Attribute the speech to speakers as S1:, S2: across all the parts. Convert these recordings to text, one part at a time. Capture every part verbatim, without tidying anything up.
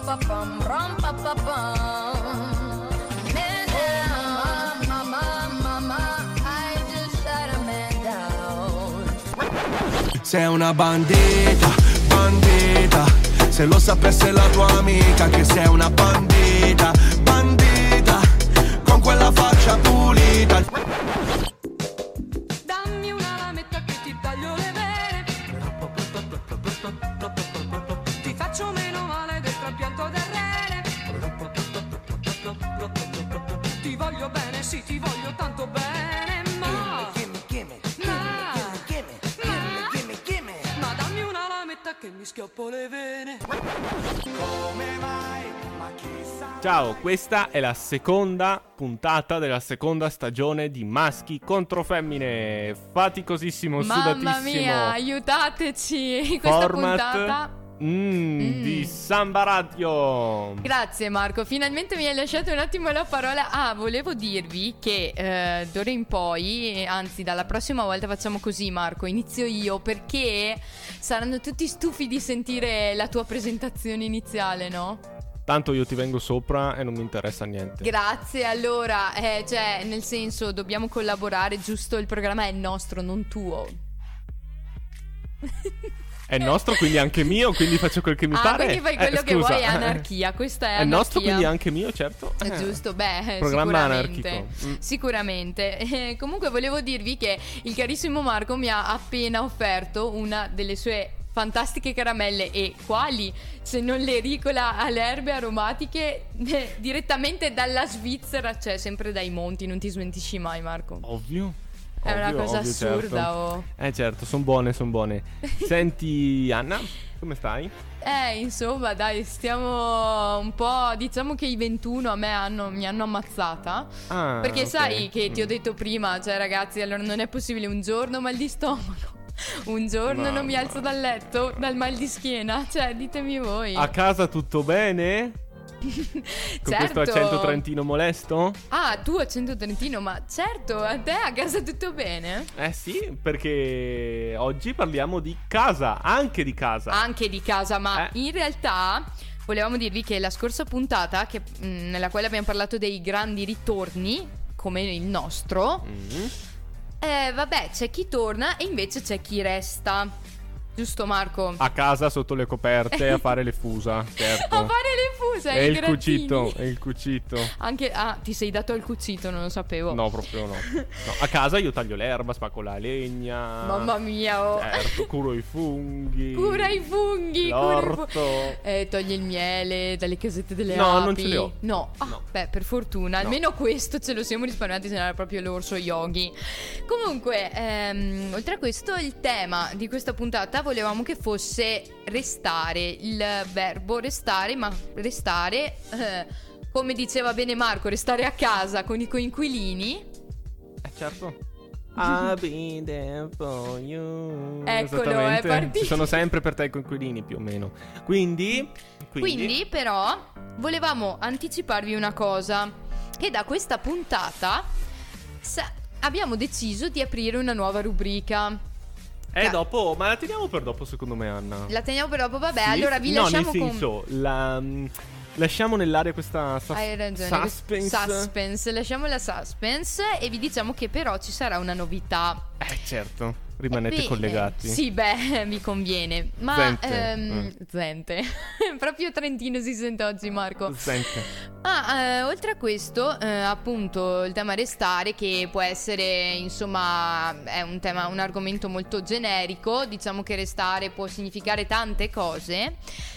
S1: pa pam, ram pa pa pam. Man down, mama, mama, I just shut a man down.
S2: Sei una bandita, bandita. Se lo sapesse la tua amica che sei una bandita, bandita, con quella faccia pulita.
S1: Dammi una lametta che ti taglio le vene, ti faccio meno male del trapianto del rene. Ti voglio bene, sì, ti voglio tanto bene, ma ma dammi una lametta che mi schioppo le vene.
S2: Come mai? Ma chissà.
S3: Ciao, questa è la seconda puntata della seconda stagione di Maschi contro Femmine. Faticosissimo, sudatissimo.
S4: Mamma mia, aiutateci. Questa
S3: Format
S4: puntata.
S3: mm,
S4: Mm.
S3: di Samba Radio.
S4: Grazie Marco, finalmente mi hai lasciato un attimo la parola. Ah, volevo dirvi che eh, d'ora in poi, anzi dalla prossima volta facciamo così Marco, inizio io perché saranno tutti stufi di sentire la tua presentazione iniziale, no?
S3: Tanto io ti vengo sopra e non mi interessa niente.
S4: Grazie, allora, eh, cioè nel senso dobbiamo collaborare, giusto? Il programma è nostro, non tuo.
S3: È nostro, quindi anche mio, quindi faccio quel che mi
S4: ah,
S3: pare.
S4: quindi fai quello
S3: Eh,
S4: che
S3: scusa.
S4: vuoi, è anarchia, questa è
S3: È
S4: anarchia.
S3: nostro, quindi anche mio, certo.
S4: È
S3: Eh.
S4: giusto, beh,
S3: Programma
S4: sicuramente.
S3: anarchico. Mm.
S4: Sicuramente. Eh, comunque volevo dirvi che il carissimo Marco mi ha appena offerto una delle sue fantastiche caramelle. E quali? Se non le ricola alle erbe aromatiche eh, direttamente dalla Svizzera, cioè sempre dai monti, non ti smentisci mai Marco.
S3: Ovvio.
S4: È una
S3: Ovvio,
S4: cosa
S3: ovvio,
S4: assurda,
S3: certo.
S4: oh.
S3: Eh certo, sono buone, sono buone. Senti Anna, come stai?
S4: Eh, insomma, dai, stiamo un po'. Diciamo che i ventuno a me hanno, mi hanno ammazzata.
S3: Ah,
S4: Perché
S3: ok.
S4: sai che ti ho
S3: Mm.
S4: detto prima, cioè ragazzi, allora non è possibile un giorno mal di stomaco, un giorno non mi
S3: Mamma.
S4: alzo dal letto dal mal di schiena, cioè ditemi voi.
S3: A casa tutto bene? Con
S4: Certo.
S3: questo accento trentino molesto?
S4: Ah, tu accento trentino, ma certo, a te a casa tutto bene?
S3: Eh sì, perché oggi parliamo di casa, anche di casa.
S4: Anche di casa, ma
S3: Eh.
S4: in realtà volevamo dirvi che la scorsa puntata, che, mh, nella quale abbiamo parlato dei grandi ritorni, come il nostro,
S3: Mm.
S4: eh, vabbè, c'è chi torna e invece c'è chi resta. Giusto Marco?
S3: A casa sotto le coperte a fare le fusa, certo.
S4: A fare le fuse,
S3: E
S4: i
S3: il
S4: grattini.
S3: cucito, e il cucito.
S4: Anche, ah, ti sei dato al cucito, non lo sapevo.
S3: No, proprio no. No, a casa io taglio l'erba, spacco la legna.
S4: Mamma mia, oh.
S3: Certo, curo i funghi.
S4: Cura i funghi, cura i
S3: L'orto.
S4: funghi. Eh, togli il miele dalle casette delle
S3: No,
S4: api.
S3: non ce le ho.
S4: No, ah,
S3: No.
S4: beh, per fortuna.
S3: No.
S4: Almeno questo ce lo siamo risparmiati, se no era proprio l'orso yogi. Comunque, ehm, oltre a questo, il tema di questa puntata volevamo che fosse restare. Il verbo restare, ma restare, eh, come diceva bene Marco, restare a casa con i coinquilini.
S3: Eh certo. I'll be there for you.
S4: Eccolo,
S3: Esattamente.
S4: è partito.
S3: Ci sono sempre per te i coinquilini, più o meno. Quindi Quindi,
S4: Quindi però volevamo anticiparvi una cosa, che da questa puntata sa- abbiamo deciso di aprire una nuova rubrica.
S3: E
S4: Ca-
S3: dopo, ma la teniamo per dopo secondo me, Anna.
S4: La teniamo per dopo, vabbè,
S3: Sì?
S4: allora vi
S3: no,
S4: lasciamo
S3: nel
S4: con...
S3: senso, la, mm, lasciamo nell'aria questa sus-
S4: Hai ragione,
S3: suspense.
S4: suspense, lasciamo la suspense e vi diciamo che però ci sarà una novità.
S3: Eh certo, rimanete
S4: Bene.
S3: collegati.
S4: Sì, beh, mi conviene. Ma
S3: Zente.
S4: ehm,
S3: Mm.
S4: Zente. Proprio trentino si sente oggi, Marco.
S3: Sente.
S4: Ah, eh, oltre a questo, eh, appunto, il tema restare, che può essere, insomma, è un tema, un argomento molto generico. Diciamo che restare può significare tante cose.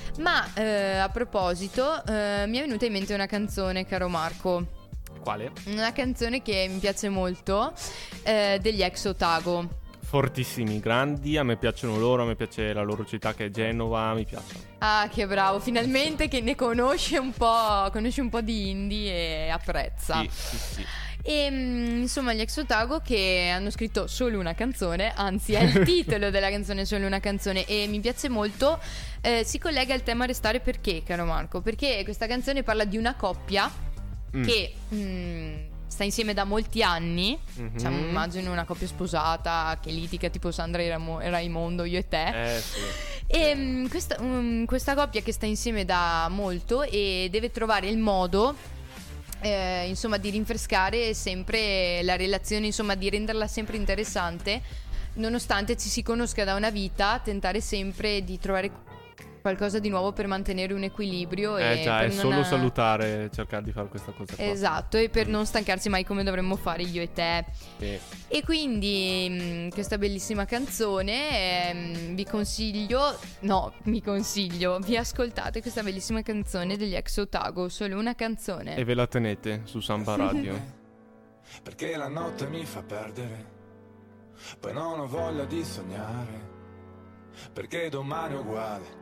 S4: Ma eh, a proposito, eh, mi è venuta in mente una canzone, caro Marco.
S3: Quale?
S4: Una canzone che mi piace molto, eh, degli Ex Otago.
S3: Fortissimi, grandi, a me piacciono loro, a me piace la loro città che è Genova, mi piacciono.
S4: Ah, che bravo, finalmente che ne conosce un po', conosce un po' di indie e apprezza.
S3: Sì, sì, sì.
S4: E mm, insomma, gli Ex Otago, che hanno scritto solo una canzone, anzi è il titolo della canzone Solo una canzone, e mi piace molto, eh, si collega al tema restare. Perché, caro Marco? Perché questa canzone parla di una coppia
S3: Mm.
S4: che mm, sta insieme da molti anni.
S3: Mhm.
S4: Cioè, immagino una coppia sposata che litiga tipo Sandra e Ramo- e Raimondo, io e te.
S3: Eh sì.
S4: E mm, questa, mm, questa coppia che sta insieme da molto e deve trovare il modo, eh, insomma, di rinfrescare sempre la relazione, insomma, di renderla sempre interessante, nonostante ci si conosca da una vita, tentare sempre di trovare qualcosa di nuovo per mantenere un equilibrio.
S3: Eh
S4: e
S3: già,
S4: per
S3: è
S4: non-
S3: solo salutare, cercare di fare questa cosa qua.
S4: Esatto, e per non stancarsi mai come dovremmo fare io e te.
S3: Sì.
S4: E quindi mh, questa bellissima canzone, ehm, vi consiglio, no, mi consiglio, vi ascoltate questa bellissima canzone degli Ex Otago, solo una canzone.
S3: E ve la tenete su Samba Radio.
S5: Perché la notte mi fa perdere, poi non ho voglia di sognare, perché domani è uguale.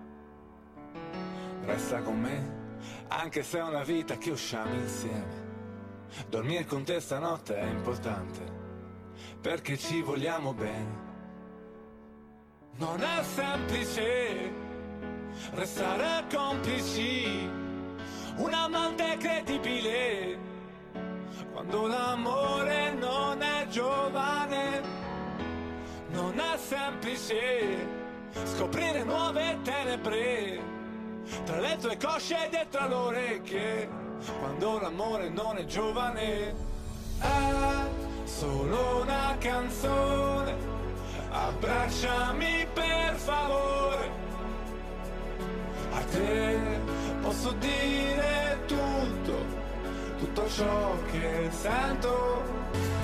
S5: Resta con me, anche se è una vita che usciamo insieme. Dormire con te stanotte è importante, perché ci vogliamo bene. Non è semplice restare complici, un amante credibile, quando l'amore non è giovane. Non è semplice scoprire nuove tenebre tra le tue cosce e dietro alle orecchie, quando l'amore non è giovane. È solo una canzone, abbracciami per favore. A te posso dire tutto, tutto ciò che sento.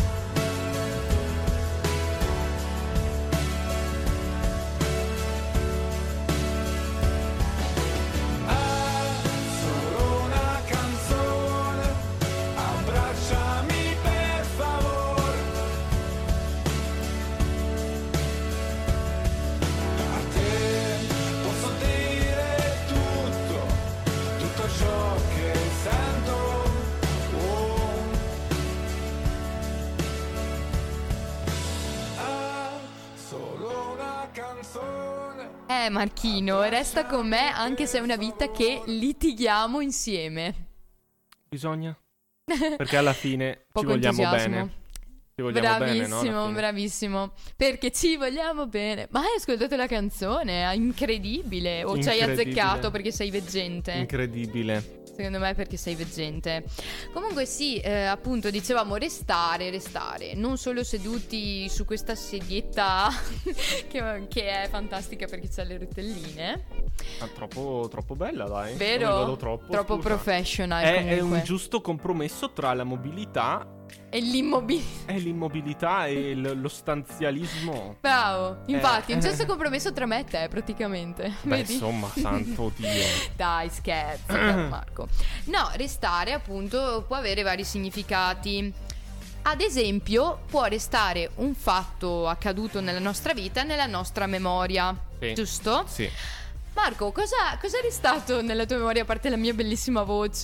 S4: Eh Marchino, resta con me anche se è una vita che litighiamo insieme.
S3: Bisogna. Perché alla fine ci
S4: Poco
S3: vogliamo
S4: entusiasmo.
S3: bene. Ci vogliamo
S4: Bravissimo,
S3: bene, no? Alla fine.
S4: bravissimo. Perché ci vogliamo bene. Ma hai ascoltato la canzone? È incredibile. O ci hai
S3: Incredibile.
S4: azzeccato perché sei veggente?
S3: Incredibile.
S4: Secondo me perché sei veggente. Comunque sì, eh, appunto dicevamo restare, restare. Non solo seduti su questa sedietta che, che è fantastica perché c'ha le rotelline.
S3: Ah, troppo, troppo bella, dai.
S4: Vero?
S3: Non mi vado troppo,
S4: Troppo
S3: scusa.
S4: professional
S3: È, è
S4: comunque.
S3: un giusto compromesso tra la mobilità
S4: E l'immobilità.
S3: e l'immobilità e l- lo stanzialismo.
S4: Bravo. Infatti,
S3: Eh.
S4: un giusto compromesso tra me e te praticamente.
S3: Beh,
S4: Vedi?
S3: insomma, santo Dio.
S4: Dai, scherzo, caro Marco. No, restare appunto può avere vari significati. Ad esempio, può restare un fatto accaduto nella nostra vita, nella nostra memoria.
S3: Sì.
S4: Giusto?
S3: Sì.
S4: Marco, cosa, cosa è restato nella tua memoria a parte la mia bellissima voce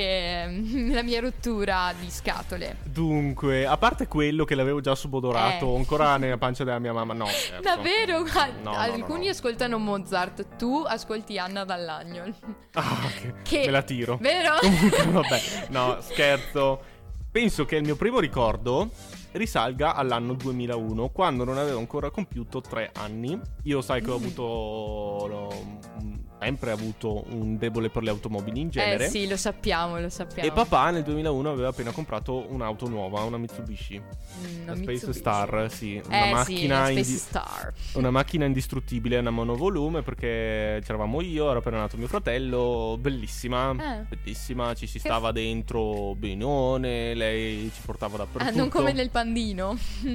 S4: e mm, la mia rottura di scatole?
S3: Dunque, a parte quello che l'avevo già subodorato
S4: Eh.
S3: ancora nella pancia della mia mamma, no. scherzo.
S4: Davvero? Ah,
S3: No, no,
S4: alcuni
S3: no, no.
S4: ascoltano Mozart, tu ascolti Anna Dall'Agno.
S3: Ah, che,
S4: Che-
S3: me la tiro.
S4: Vero?
S3: Comunque, vabbè, no, scherzo. Penso che il mio primo ricordo risalga all'anno duemilauno, quando non avevo ancora compiuto tre anni. Io sai che ho avuto no, sempre avuto un debole per le automobili in genere.
S4: Eh sì, lo sappiamo, lo sappiamo.
S3: E papà nel duemilauno aveva appena comprato un'auto nuova, una Mitsubishi,
S4: Mm,
S3: la
S4: una
S3: Space
S4: Mitsubishi.
S3: Star, sì, una
S4: Eh
S3: macchina
S4: sì, la Space
S3: indi-
S4: Star.
S3: una macchina indistruttibile, una monovolume, perché c'eravamo io, era appena nato mio fratello, bellissima,
S4: Eh.
S3: bellissima, ci si stava dentro benone, lei ci portava
S4: Ah,
S3: dappertutto.
S4: non come nel pandino.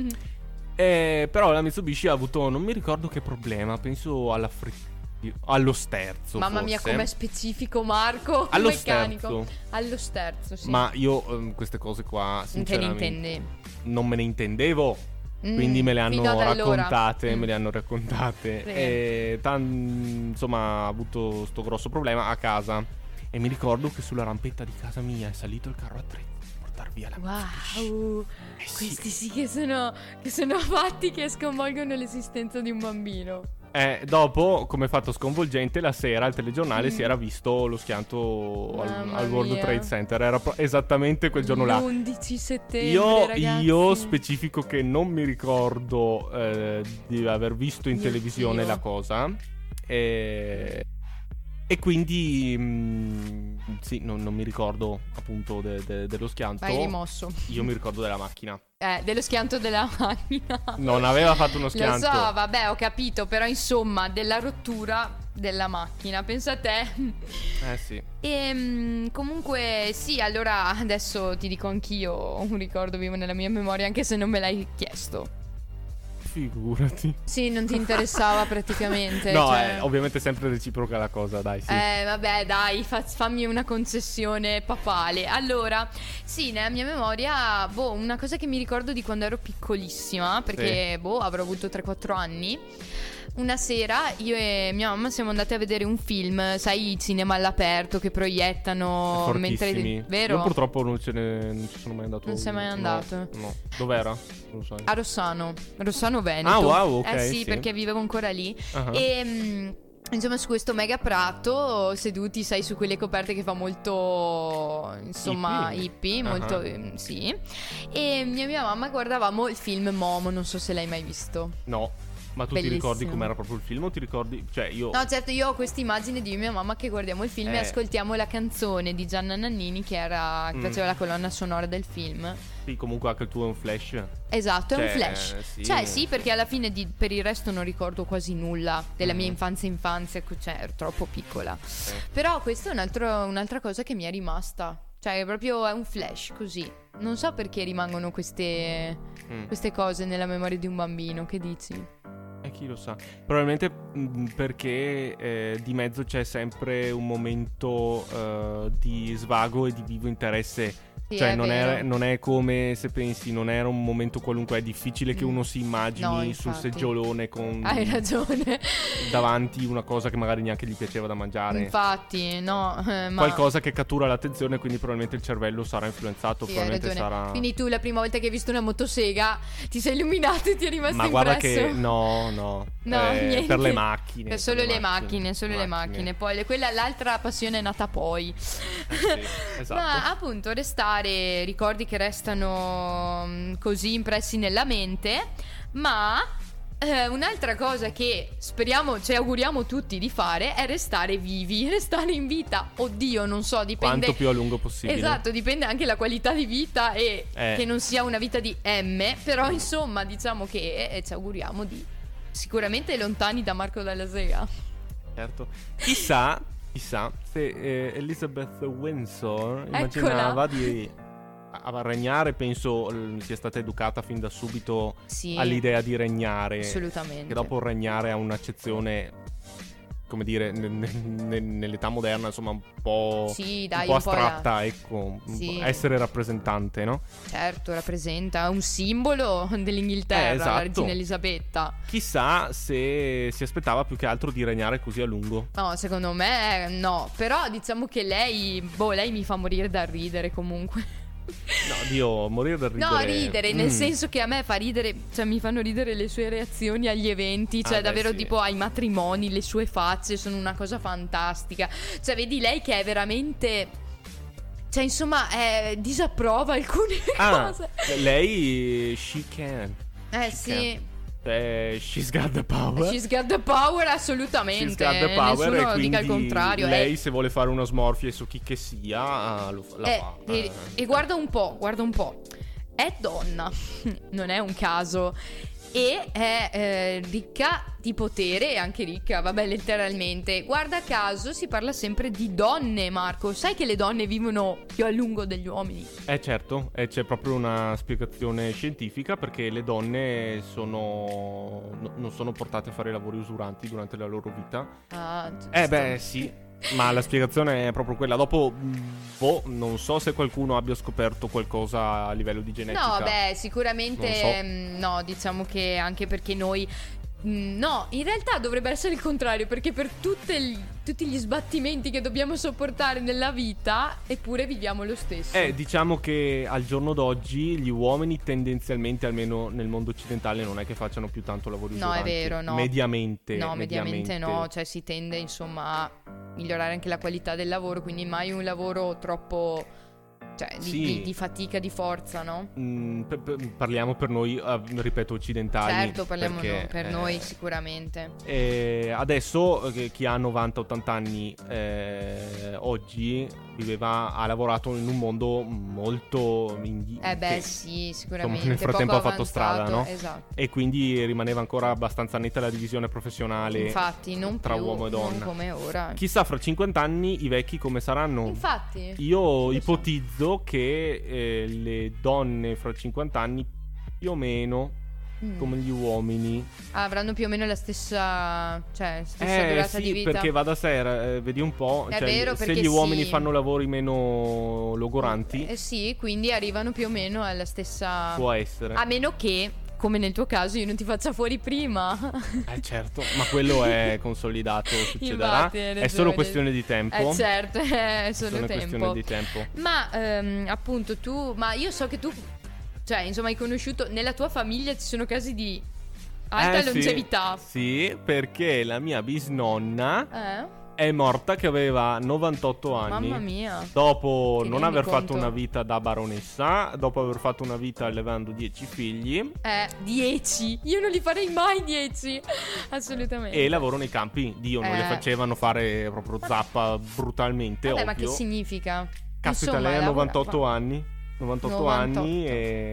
S3: Eh, però la Mitsubishi ha avuto, non mi ricordo che problema, penso alla frizione, allo sterzo.
S4: Mamma mia,
S3: forse.
S4: com'è specifico Marco.
S3: Allo
S4: meccanico.
S3: sterzo.
S4: Allo sterzo, sì.
S3: Ma io ehm, queste cose qua,
S4: non te ne
S3: sinceramente,
S4: intendi.
S3: non me ne intendevo.
S4: Mm,
S3: Quindi me le
S4: fino
S3: hanno
S4: ad allora.
S3: raccontate,
S4: Mm.
S3: me le hanno raccontate.
S4: Sì.
S3: E tan- insomma, ha avuto sto grosso problema a casa. E mi ricordo che sulla rampetta di casa mia è salito il carro attrezzi per portar via la Mitsubishi.
S4: Wow,
S3: Eh sì.
S4: questi sì che sono, che sono fatti che sconvolgono l'esistenza di un bambino.
S3: Eh, dopo, come fatto sconvolgente, la sera al telegiornale
S4: Mm.
S3: si era visto lo schianto al,
S4: Mamma
S3: al World
S4: mia.
S3: Trade Center. Era pro- esattamente quel giorno là.
S4: l'undici settembre,
S3: Io,
S4: ragazzi.
S3: io specifico che non mi ricordo eh, di aver visto in
S4: Mio
S3: televisione
S4: Dio.
S3: la cosa. E, e quindi mh, sì, non, non mi ricordo appunto de- de- dello schianto.
S4: Vai rimosso.
S3: Io mi ricordo della macchina.
S4: Eh, dello schianto della macchina.
S3: Non aveva fatto uno
S4: Lo
S3: schianto.
S4: so, vabbè, ho capito, però insomma, della rottura della macchina, pensa a te.
S3: Eh sì.
S4: E comunque sì, allora adesso ti dico anch'io un ricordo vivo nella mia memoria, anche se non me l'hai chiesto.
S3: Figurati.
S4: Sì, non ti interessava praticamente.
S3: No,
S4: cioè...
S3: eh, ovviamente sempre reciproca la cosa, dai, sì.
S4: Eh, vabbè, dai, fa- fammi una concessione papale. Allora, sì, nella mia memoria, boh, una cosa che mi ricordo di quando ero piccolissima, perché, boh, avrò avuto tre quattro anni. Una sera io e mia mamma siamo andati a vedere un film, sai, i cinema all'aperto che proiettano
S3: Fortissimi.
S4: mentre... Vero?
S3: Io purtroppo non, ce ne, non ci sono mai andato.
S4: Non sei mai
S3: No,
S4: andato?
S3: No. Dov'era? Non lo so.
S4: A Rossano, Rossano Veneto.
S3: Ah, wow, ok,
S4: Eh sì,
S3: sì.
S4: perché vivevo ancora lì.
S3: Ah.
S4: E mm, insomma, su questo mega prato, seduti, sai, su quelle coperte che fa molto, insomma,
S3: Hippie?
S4: hippie,
S3: Ah.
S4: molto, ehm, sì. E mia mia mamma guardavamo il film Momo, non so se l'hai mai visto.
S3: No. Ma tu
S4: Bellissimo.
S3: ti ricordi com'era proprio il film o ti ricordi? Cioè io...
S4: No, certo, io ho questa immagine di mia mamma che guardiamo il film e
S3: Eh.
S4: ascoltiamo la canzone di Gianna Nannini che era che
S3: Mm.
S4: faceva la colonna sonora del film.
S3: Sì, comunque anche il tuo è un flash.
S4: Esatto, è un
S3: Cioè,
S4: flash.
S3: sì.
S4: Cioè, sì, perché alla fine di- per il resto non ricordo quasi nulla della mia
S3: Mm.
S4: infanzia infanzia, cioè ero troppo piccola.
S3: Eh.
S4: Però questa è un altro- un'altra cosa che mi è rimasta. Cioè, è proprio è un flash così. Non so perché rimangono queste,
S3: Mm.
S4: queste cose nella memoria di un bambino, che dici?
S3: E chi lo sa. Probabilmente mh, perché eh, di mezzo c'è sempre un momento eh, di svago e di vivo interesse.
S4: Sì,
S3: Cioè
S4: è
S3: non
S4: vero.
S3: è, non è come se pensi, non era un momento qualunque. È difficile che
S4: Mm.
S3: uno si immagini
S4: No,
S3: sul
S4: infatti.
S3: seggiolone con
S4: Hai ragione.
S3: davanti una cosa che magari neanche gli piaceva da mangiare.
S4: Infatti, no, eh, ma
S3: Qualcosa che cattura l'attenzione, quindi probabilmente il cervello sarà influenzato.
S4: sì, hai
S3: probabilmente
S4: ragione.
S3: sarà.
S4: Quindi tu la prima volta che hai visto una motosega ti sei illuminato e ti è rimasto
S3: Ma
S4: impresso.
S3: guarda che no, no.
S4: No,
S3: Eh,
S4: niente.
S3: per le macchine.
S4: Per solo
S3: per
S4: le macchine, solo le macchine. Poi le- quella, l'altra passione è nata poi.
S3: Eh sì, esatto.
S4: Ma appunto restare ricordi che restano mm, così impressi nella mente. Ma eh, un'altra cosa che speriamo, ci auguriamo tutti di fare è restare vivi, restare in vita. Oddio, non so, dipende.
S3: Quanto più a lungo possibile.
S4: Esatto, dipende anche la qualità di vita e
S3: Eh.
S4: che non sia una vita di M. Però insomma, diciamo che eh, ci auguriamo di sicuramente lontani da Marco Dalla Sega.
S3: Certo. Chissà, chissà se eh, Elizabeth Windsor
S4: Eccola.
S3: immaginava di a- a regnare, penso l- sia stata educata fin da subito
S4: Sì,
S3: all'idea di regnare.
S4: assolutamente.
S3: Che dopo il regnare ha un'accezione, come dire, ne- ne- nell'età moderna, insomma, un po',
S4: Sì, dai,
S3: un po'
S4: un po' la-
S3: astratta, ecco. un
S4: Sì.
S3: po' essere rappresentante, no?
S4: Certo, rappresenta un simbolo dell'Inghilterra,
S3: Eh, esatto.
S4: la regina Elisabetta.
S3: Chissà se si aspettava più che altro di regnare così a lungo.
S4: No, secondo me no. Però diciamo che lei, boh, lei mi fa morire da ridere comunque.
S3: No, Dio, morire da ridere.
S4: No, ridere, nel
S3: Mm.
S4: senso che a me fa ridere, cioè mi fanno ridere le sue reazioni agli eventi, cioè
S3: Ah, beh,
S4: davvero
S3: sì.
S4: tipo ai matrimoni, le sue facce sono una cosa fantastica. Cioè vedi lei che è veramente, cioè insomma, eh, disapprova alcune
S3: Ah,
S4: cose.
S3: lei, she can.
S4: Eh
S3: she
S4: sì,
S3: Eh, she's got the power.
S4: she's got the power assolutamente.
S3: She's got the power
S4: Nessuno
S3: e quindi
S4: dica il contrario.
S3: lei
S4: eh.
S3: se vuole fare una smorfia su chi che sia lo, la
S4: Eh,
S3: fa.
S4: e,
S3: Eh.
S4: e guarda un po', guarda un po'. È donna, non è un caso. E è eh, ricca di potere, e anche ricca, vabbè, letteralmente. Guarda caso si parla sempre di donne, Marco. Sai che le donne vivono più a lungo degli uomini?
S3: Eh certo, e c'è proprio una spiegazione scientifica perché le donne sono no- non sono portate a fare lavori usuranti durante la loro vita.
S4: Ah, giusto.
S3: Eh beh, sì. Ma la spiegazione è proprio quella. Dopo, mh, boh, non so se qualcuno abbia scoperto qualcosa a livello di genetica.
S4: No, beh, sicuramente
S3: Non so.
S4: mm, no, diciamo che anche perché noi Mm, No, in realtà dovrebbe essere il contrario, perché per tutte il- tutti gli sbattimenti che dobbiamo sopportare nella vita, eppure viviamo lo stesso.
S3: Eh, diciamo che al giorno d'oggi gli uomini tendenzialmente, almeno nel mondo occidentale, non è che facciano più tanto lavori
S4: No, è
S3: usuranti.
S4: vero, no.
S3: Mediamente.
S4: No, mediamente no, cioè si tende insomma a migliorare anche la qualità del lavoro, quindi mai un lavoro troppo, cioè di,
S3: Sì.
S4: di- di fatica, di forza, no?
S3: Mm, per- per- parliamo per noi, eh, ripeto, occidentali.
S4: Certo, parliamo
S3: perché,
S4: no- per
S3: eh,
S4: noi sicuramente.
S3: eh, adesso eh, chi ha novanta ottanta anni eh, oggi viveva, ha lavorato in un mondo molto indi-
S4: Eh beh
S3: che-
S4: sì,
S3: insomma,
S4: sicuramente.
S3: nel frattempo
S4: poco
S3: ha fatto strada,
S4: avanzato,
S3: no?
S4: Esatto.
S3: E quindi rimaneva ancora abbastanza netta la divisione professionale.
S4: Infatti, non
S3: tra
S4: più,
S3: uomo e donna.
S4: non come ora.
S3: Chissà fra cinquanta anni i vecchi come saranno.
S4: Infatti.
S3: Io
S4: lo so.
S3: ipotizzo che eh, le donne fra cinquanta anni più o meno
S4: Mm.
S3: come gli uomini.
S4: Avranno più o meno la stessa, cioè, stessa
S3: Eh
S4: durata
S3: sì,
S4: di vita.
S3: perché va da sé, eh, vedi un po',
S4: È
S3: cioè,
S4: vero,
S3: se
S4: perché
S3: gli uomini
S4: sì.
S3: fanno lavori meno logoranti,
S4: Eh sì, quindi arrivano più o meno alla stessa.
S3: può essere.
S4: A meno che, come nel tuo caso, io non ti faccia fuori prima.
S3: Eh certo, ma quello è consolidato, succederà.
S4: Infatti, hai
S3: È
S4: ragione.
S3: solo questione di tempo.
S4: Eh certo, è solo
S3: Solo
S4: tempo.
S3: questione di tempo.
S4: Ma ehm, appunto tu, ma io so che tu, cioè insomma hai conosciuto, nella tua famiglia ci sono casi di alta
S3: Eh, sì,
S4: longevità.
S3: Sì, perché la mia bisnonna
S4: Eh?
S3: è morta che aveva novantotto anni.
S4: Mamma mia.
S3: Dopo
S4: Ti
S3: non
S4: rendi
S3: aver
S4: conto?
S3: fatto una vita da baronessa, dopo aver fatto una vita allevando dieci figli
S4: Eh, dieci. Io non li farei mai dieci. Assolutamente.
S3: e lavoro nei campi. Dio, non
S4: Eh.
S3: le facevano fare proprio zappa brutalmente,
S4: Vabbè,
S3: ovvio.
S4: ma che significa?
S3: Caspita,
S4: Insomma,
S3: lei ha
S4: lavora-
S3: novantotto
S4: va-
S3: anni. novantotto
S4: novantotto.
S3: anni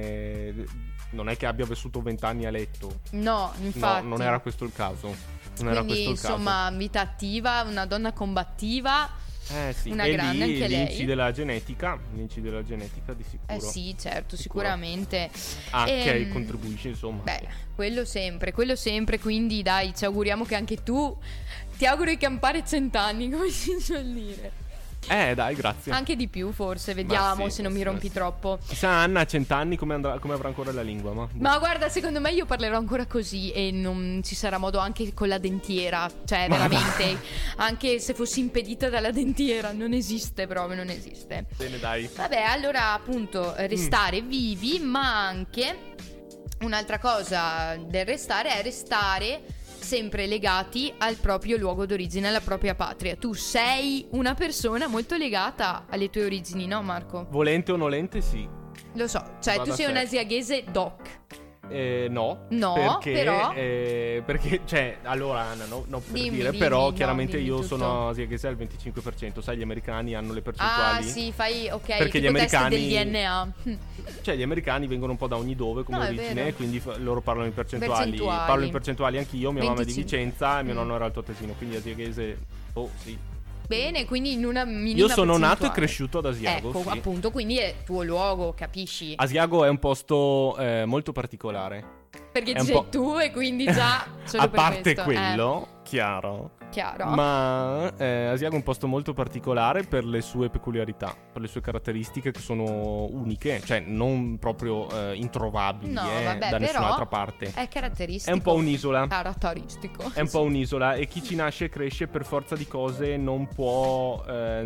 S3: e non è che abbia vissuto venti anni a letto.
S4: No, infatti.
S3: No, non era questo il caso. Non era
S4: Quindi,
S3: questo il
S4: insomma, vita attiva, una donna combattiva.
S3: caso. Eh sì,
S4: una
S3: e
S4: grande
S3: lì
S4: anche lei.
S3: l'inci della genetica, l'inci della genetica di sicuro.
S4: Eh sì, certo,
S3: Sicuro.
S4: sicuramente.
S3: Anche
S4: Ehm,
S3: contribuisce, insomma.
S4: Beh, quello sempre, quello sempre. Quindi dai, ci auguriamo che anche tu ti auguro di campare cent'anni, come si suol dire.
S3: Eh, dai, grazie.
S4: Anche di più, forse, vediamo
S3: sì,
S4: se non mi
S3: sì,
S4: rompi
S3: sì.
S4: troppo.
S3: Chissà Anna a cent'anni come, andrà, come avrà ancora la lingua, ma...
S4: Ma guarda, secondo me io parlerò ancora così e non ci sarà modo anche con la dentiera. Cioè,
S3: Ma
S4: veramente, anche se fossi impedita dalla dentiera, non esiste proprio, non esiste.
S3: Bene, dai.
S4: Vabbè, allora appunto restare vivi, ma anche un'altra cosa del restare è restare sempre legati al proprio luogo d'origine, alla propria patria. Tu sei una persona molto legata alle tue origini, no Marco?
S3: Volente o nolente, sì.
S4: Lo so, cioè
S3: Va
S4: tu
S3: da
S4: sei
S3: sé.
S4: un asiaghese doc.
S3: Eh, no.
S4: No,
S3: perché,
S4: però-
S3: eh, perché, cioè, allora Anna, no, no per
S4: Dimmi,
S3: dire,
S4: dimmi,
S3: però
S4: no,
S3: chiaramente
S4: dimmi
S3: io
S4: tutto.
S3: sono asiaghese al venticinque per cento. Sai, gli americani hanno le
S4: Ah
S3: percentuali.
S4: sì, fai, ok,
S3: Perché gli
S4: tipo test
S3: americani-
S4: del D N A.
S3: Cioè, gli americani vengono un po' da ogni dove come
S4: No, è
S3: origine,
S4: vero.
S3: quindi fa- loro parlano in percentuali.
S4: Percentuali.
S3: Parlo in percentuali anch'io. Mia mamma è di
S4: venticinque.
S3: Vicenza e mio
S4: Mm.
S3: nonno era altoatesino, quindi asiaghese. Oh, sì.
S4: Bene, quindi in una minima
S3: Io sono nato e
S4: percentuale.
S3: cresciuto ad Asiago.
S4: Ecco,
S3: sì.
S4: appunto, quindi è tuo luogo, capisci?
S3: Asiago è un posto eh, molto particolare.
S4: Perché
S3: è
S4: ci
S3: un
S4: sei
S3: po'-
S4: tu e quindi già solo
S3: A
S4: per
S3: parte
S4: questo,
S3: quello, chiaro.
S4: eh, chiaro.
S3: Ma eh, Asiago è un posto molto particolare per le sue peculiarità, per le sue caratteristiche che sono uniche, cioè non proprio eh, introvabili
S4: No,
S3: eh,
S4: vabbè,
S3: da
S4: però
S3: nessun'altra parte.
S4: È caratteristico.
S3: È un po' un'isola.
S4: Caratteristico.
S3: È un po' un'isola e chi ci nasce e cresce per forza di cose non può eh,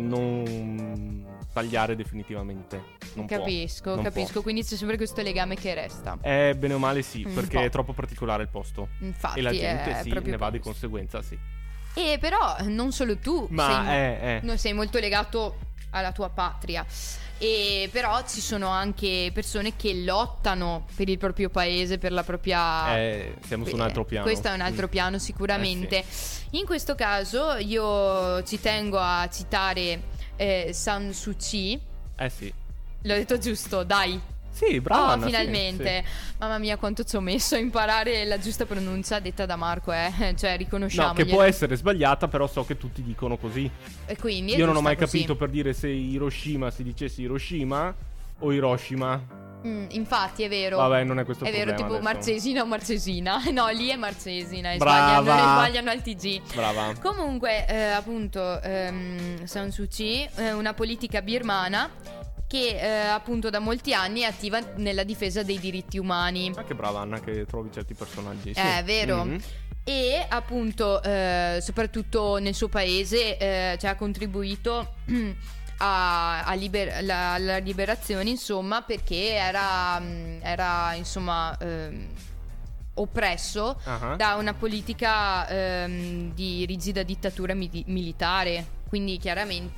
S3: non tagliare definitivamente. Non può,
S4: Capisco,
S3: non
S4: capisco.
S3: può.
S4: Quindi c'è sempre questo legame che resta.
S3: Eh, bene o male sì,
S4: Un
S3: perché
S4: po'.
S3: è troppo particolare il posto.
S4: Infatti,
S3: e la gente
S4: è
S3: sì,
S4: proprio
S3: ne va di
S4: questo.
S3: conseguenza, sì.
S4: E però non solo tu
S3: Ma
S4: sei, mo-
S3: eh, eh.
S4: non sei molto legato alla tua patria. E però ci sono anche persone che lottano per il proprio paese, per la propria...
S3: Eh, siamo su un altro piano.
S4: Questo è un altro
S3: Mm.
S4: piano sicuramente. In questo caso io ci tengo a citare eh, San Suu Kyi.
S3: Eh sì.
S4: L'ho detto giusto, dai.
S3: Sì, brava
S4: Oh,
S3: Anna, sì,
S4: finalmente.
S3: sì.
S4: Mamma mia, quanto ci ho messo a imparare la giusta pronuncia detta da Marco, eh. Cioè,
S3: No,
S4: riconosciamolo.
S3: che può essere sbagliata, però so che tutti dicono così.
S4: E quindi è
S3: Io non ho
S4: giusta
S3: mai
S4: così.
S3: capito per dire se Hiroshima si dicesse Hiroshima o Hiroshima.
S4: Mm, infatti, è vero.
S3: Vabbè, non è questo
S4: È
S3: il
S4: vero,
S3: problema
S4: tipo
S3: adesso.
S4: Marcesina o Marcesina. No, lì è Marcesina. E
S3: Brava.
S4: sbagliano, e sbagliano al T G.
S3: Brava.
S4: Comunque, eh, appunto, ehm, San Suu Kyi è una politica birmana che eh, appunto da molti anni è attiva nella difesa dei diritti umani.
S3: Ma che brava Anna che trovi certi personaggi. Sì.
S4: Eh, è vero.
S3: Mhm.
S4: e appunto eh, soprattutto nel suo paese eh, cioè, ha contribuito a, a liber- la, alla liberazione, insomma, perché era, era insomma ehm, oppresso
S3: uh-huh.
S4: da una politica ehm, di rigida dittatura mi- militare, quindi chiaramente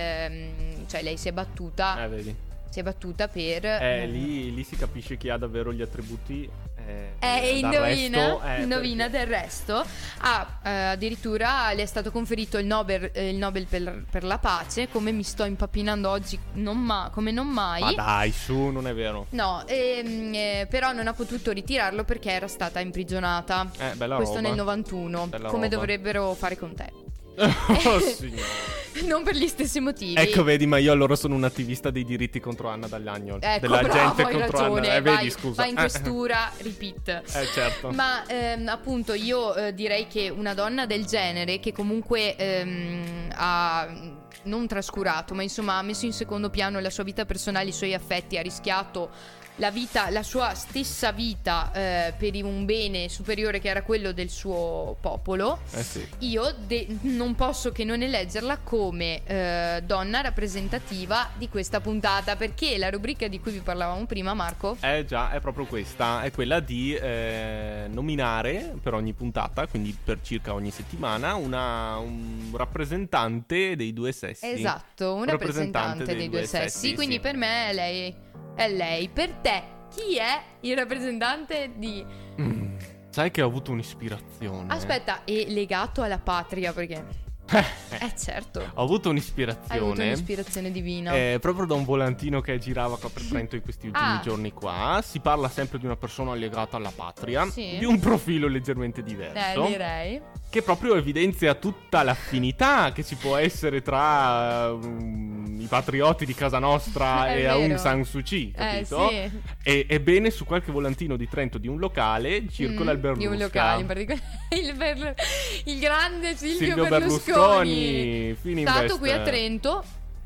S4: ehm, cioè lei si è battuta
S3: Eh, vedi.
S4: si è battuta per
S3: Eh, lì, lì si capisce chi ha davvero gli attributi. Eh,
S4: Eh,
S3: dal
S4: indovina,
S3: resto, eh,
S4: indovina
S3: perché-
S4: del resto. Ah, eh, addirittura le è stato conferito il Nobel, eh, il Nobel per, per la pace, come mi sto impappinando oggi non ma- come non mai.
S3: Ma dai, su, non è vero.
S4: No, ehm, eh, però non ha potuto ritirarlo perché era stata imprigionata.
S3: Eh, bella
S4: Questo
S3: roba.
S4: nel novantuno,
S3: Bella
S4: come
S3: roba.
S4: dovrebbero fare con te.
S3: Oh, signore.
S4: Non per gli stessi motivi.
S3: Ecco, vedi, ma io allora sono un attivista dei diritti contro Anna Dall'Agnol.
S4: Ecco,
S3: della
S4: bravo,
S3: gente
S4: hai
S3: contro
S4: ragione.
S3: Anna. Eh,
S4: vai,
S3: vedi, scusa.
S4: vai in questura, repeat.
S3: Eh, certo.
S4: Ma ehm, appunto io eh, direi che una donna del genere, che comunque ehm, ha non trascurato, ma insomma ha messo in secondo piano la sua vita personale, i suoi affetti, ha rischiato la vita, la sua stessa vita eh, per un bene superiore che era quello del suo popolo.
S3: Eh sì.
S4: Io de- non posso che non eleggerla come eh, donna rappresentativa di questa puntata, perché la rubrica di cui vi parlavamo prima, Marco,
S3: Eh già, è proprio questa. È quella di eh, nominare per ogni puntata, quindi per circa ogni settimana, una, un rappresentante dei due sessi.
S4: esatto, un rappresentante, dei, due sessi, quindi
S3: sì.
S4: per me è lei. È lei. Per te, chi è il rappresentante di...
S3: Mm, sai che ho avuto un'ispirazione.
S4: Aspetta, è legato alla patria, perché... Eh certo,
S3: Ho avuto
S4: hai
S3: un'ispirazione.
S4: avuto un'ispirazione divina.
S3: Eh, proprio da un volantino che girava qua per Trento in questi ultimi
S4: Ah.
S3: giorni qua. Si parla sempre di una persona legata alla patria,
S4: Sì.
S3: di un profilo leggermente
S4: Eh,
S3: diverso,
S4: direi.
S3: che proprio evidenzia tutta l'affinità che ci può essere tra um, i patrioti di casa nostra
S4: È
S3: e
S4: vero.
S3: Aung San Suu Kyi, capito?
S4: Eh sì.
S3: E ebbene, su qualche volantino di Trento di un locale circola
S4: Mm,
S3: il Berlusca.
S4: Di un locale in particolare. Il, Berlu- il grande Silvio,
S3: Silvio
S4: Berlusconi.
S3: Berlusconi, Fininvest.
S4: Stato qui a Trento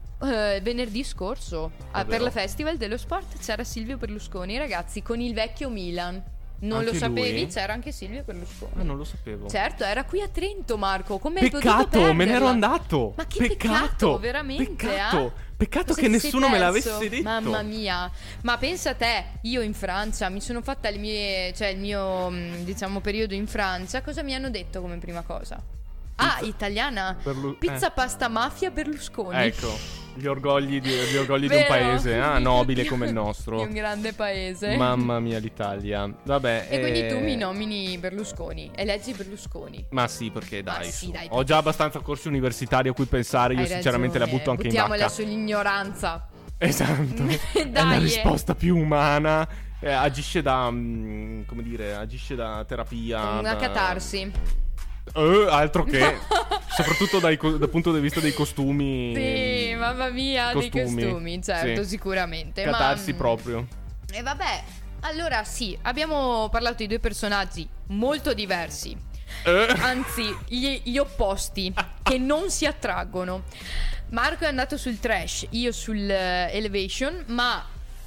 S4: eh, venerdì scorso ah, per
S3: Davvero?
S4: la Festival dello Sport. C'era Silvio Berlusconi, ragazzi, con il vecchio Milan. Non
S3: Anche
S4: lo sapevi?
S3: lui?
S4: C'era anche Silvio Berlusconi.
S3: Ah, non lo sapevo.
S4: Certo, era qui a Trento, Marco. Come hai potuto
S3: Peccato, me ne ero
S4: perderla?
S3: andato.
S4: Ma che peccato, veramente,
S3: Peccato,
S4: eh?
S3: peccato
S4: Cosa
S3: che
S4: ti sei
S3: nessuno me
S4: perso?
S3: l'avesse detto.
S4: Mamma mia. Ma pensa a te, io in Francia mi sono fatta le mie, cioè il mio, mh, diciamo, periodo in Francia. Cosa mi hanno detto come prima cosa? Ah,
S3: Pizza-
S4: italiana.
S3: Berlu-
S4: Pizza,
S3: eh.
S4: pasta, mafia, Berlusconi.
S3: Ecco, gli orgogli di, gli orgogli di un
S4: Vero?
S3: paese, ah, nobile come il
S4: Di un
S3: nostro.
S4: grande paese.
S3: Mamma mia, l'Italia. Vabbè.
S4: E quindi tu
S3: eh,
S4: mi nomini Berlusconi. Eleggi Berlusconi.
S3: Ma sì, perché dai,
S4: Ma sì,
S3: su.
S4: dai,
S3: Ho già abbastanza corsi universitari a cui pensare. Io
S4: Hai
S3: sinceramente
S4: ragione.
S3: la butto anche in
S4: Buttiamola
S3: vacca.
S4: sull'ignoranza.
S3: Esatto. È la
S4: Dai.
S3: risposta più umana. Eh, agisce da mm, come dire, agisce da terapia.
S4: Una
S3: da-
S4: catarsi.
S3: Eh, altro che. Soprattutto dai co- dal punto di vista dei costumi.
S4: Sì, mamma mia, dei
S3: Costumi.
S4: costumi, certo,
S3: Sì.
S4: sicuramente.
S3: Catarsi
S4: ma,
S3: proprio.
S4: E vabbè, allora sì, abbiamo parlato di due personaggi molto diversi.
S3: Eh.
S4: Anzi, gli, gli opposti, che non si attraggono. Marco è andato sul trash, io sul eh, elevation, ma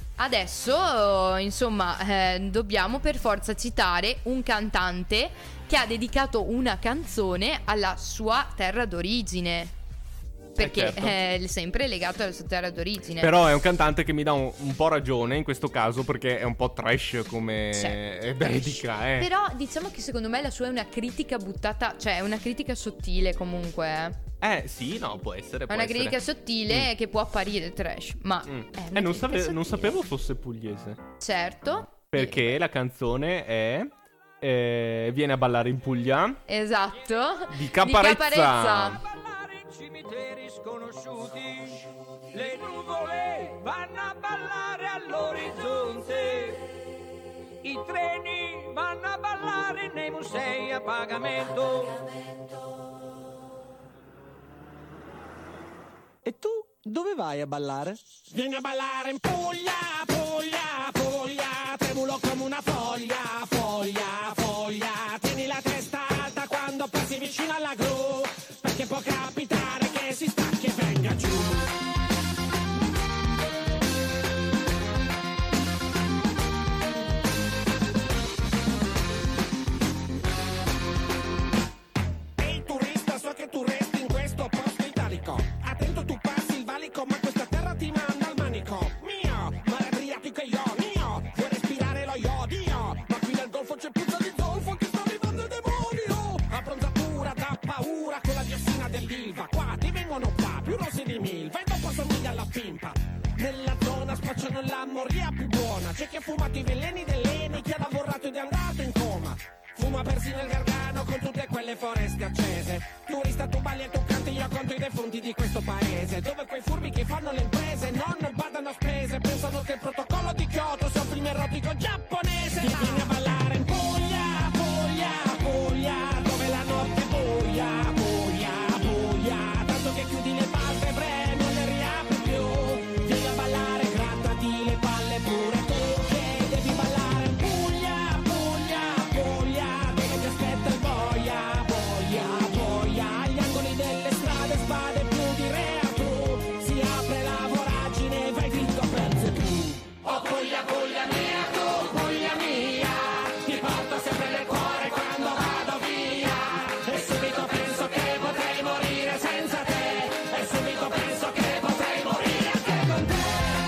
S4: adesso, insomma, eh, dobbiamo per forza citare un cantante che ha dedicato una canzone alla sua terra d'origine. Perché
S3: certo.
S4: è sempre legato alla sua terra d'origine.
S3: Però è un cantante che mi dà un, un po' ragione in questo caso, perché è un po' trash come
S4: Cioè,
S3: è dedica, eh.
S4: Però diciamo che secondo me la sua è una critica buttata, cioè è una critica sottile comunque. eh.
S3: Eh sì, no, può essere.
S4: È
S3: può
S4: una
S3: essere.
S4: critica sottile che può apparire trash, ma
S3: Mm.
S4: è una
S3: Eh, non,
S4: critica
S3: save- non
S4: sottile.
S3: sapevo fosse pugliese.
S4: Certo.
S3: Perché la canzone è eh, Viene a ballare in Puglia
S4: Esatto.
S3: di Caparezza.
S4: Caparezza.
S6: Ballare in cimiteri sconosciuti, le nuvole vanno a ballare all'orizzonte, i treni vanno a ballare nei musei a pagamento.
S7: E tu dove vai a ballare?
S6: Vieni a ballare in Puglia, Puglia, Puglia, tremulo come una foglia, foglia, foglia, tieni la testa alta quando passi vicino alla gru, perché può capitare che si stacchi e venga giù. panico, ma questa terra ti manda al manico. Mio, mare adriatico e io, mio, vuoi respirare lo iodio? Ma qui nel golfo c'è puzza di zolfo che sta arrivando il demonio. Abbronzatura da paura con la diossina dell'Ilva. Qua ti vengono qua, più rossi di milva e dopo somiglia alla pimpa. Nella zona spacciano la moria più buona. C'è chi ha fumato i veleni dell'Eni, chi ha lavorato ed è andato in coma. Fuma persino il Gargano con tutte quelle foreste accese. Turista, tu balli e tu canti, io conto i defunti di questo paese. Dove quei furbi che fanno le imprese non badano a spese. Pensano che il protocollo di Kyoto sia un film erotico giapponese. Ti vieni a ballare in Puglia, Puglia, Puglia, dove la notte è buia, buia, buia. Tanto che chiudi le palpebre, non le riapri più. Vieni a ballare, grattati le palle pure tu, che devi ballare in Puglia, Puglia, Puglia, dove ti aspetta il boia, boia, boia. Agli angoli delle strade, spade più di Reatù. Si apre la voragine, vai dritto a pezzi tu. Oh Puglia, Puglia mia, tu Puglia mia, ti porto sempre nel cuore quando vado via. E subito penso che potrei morire senza te. E subito penso che potrei morire anche con te.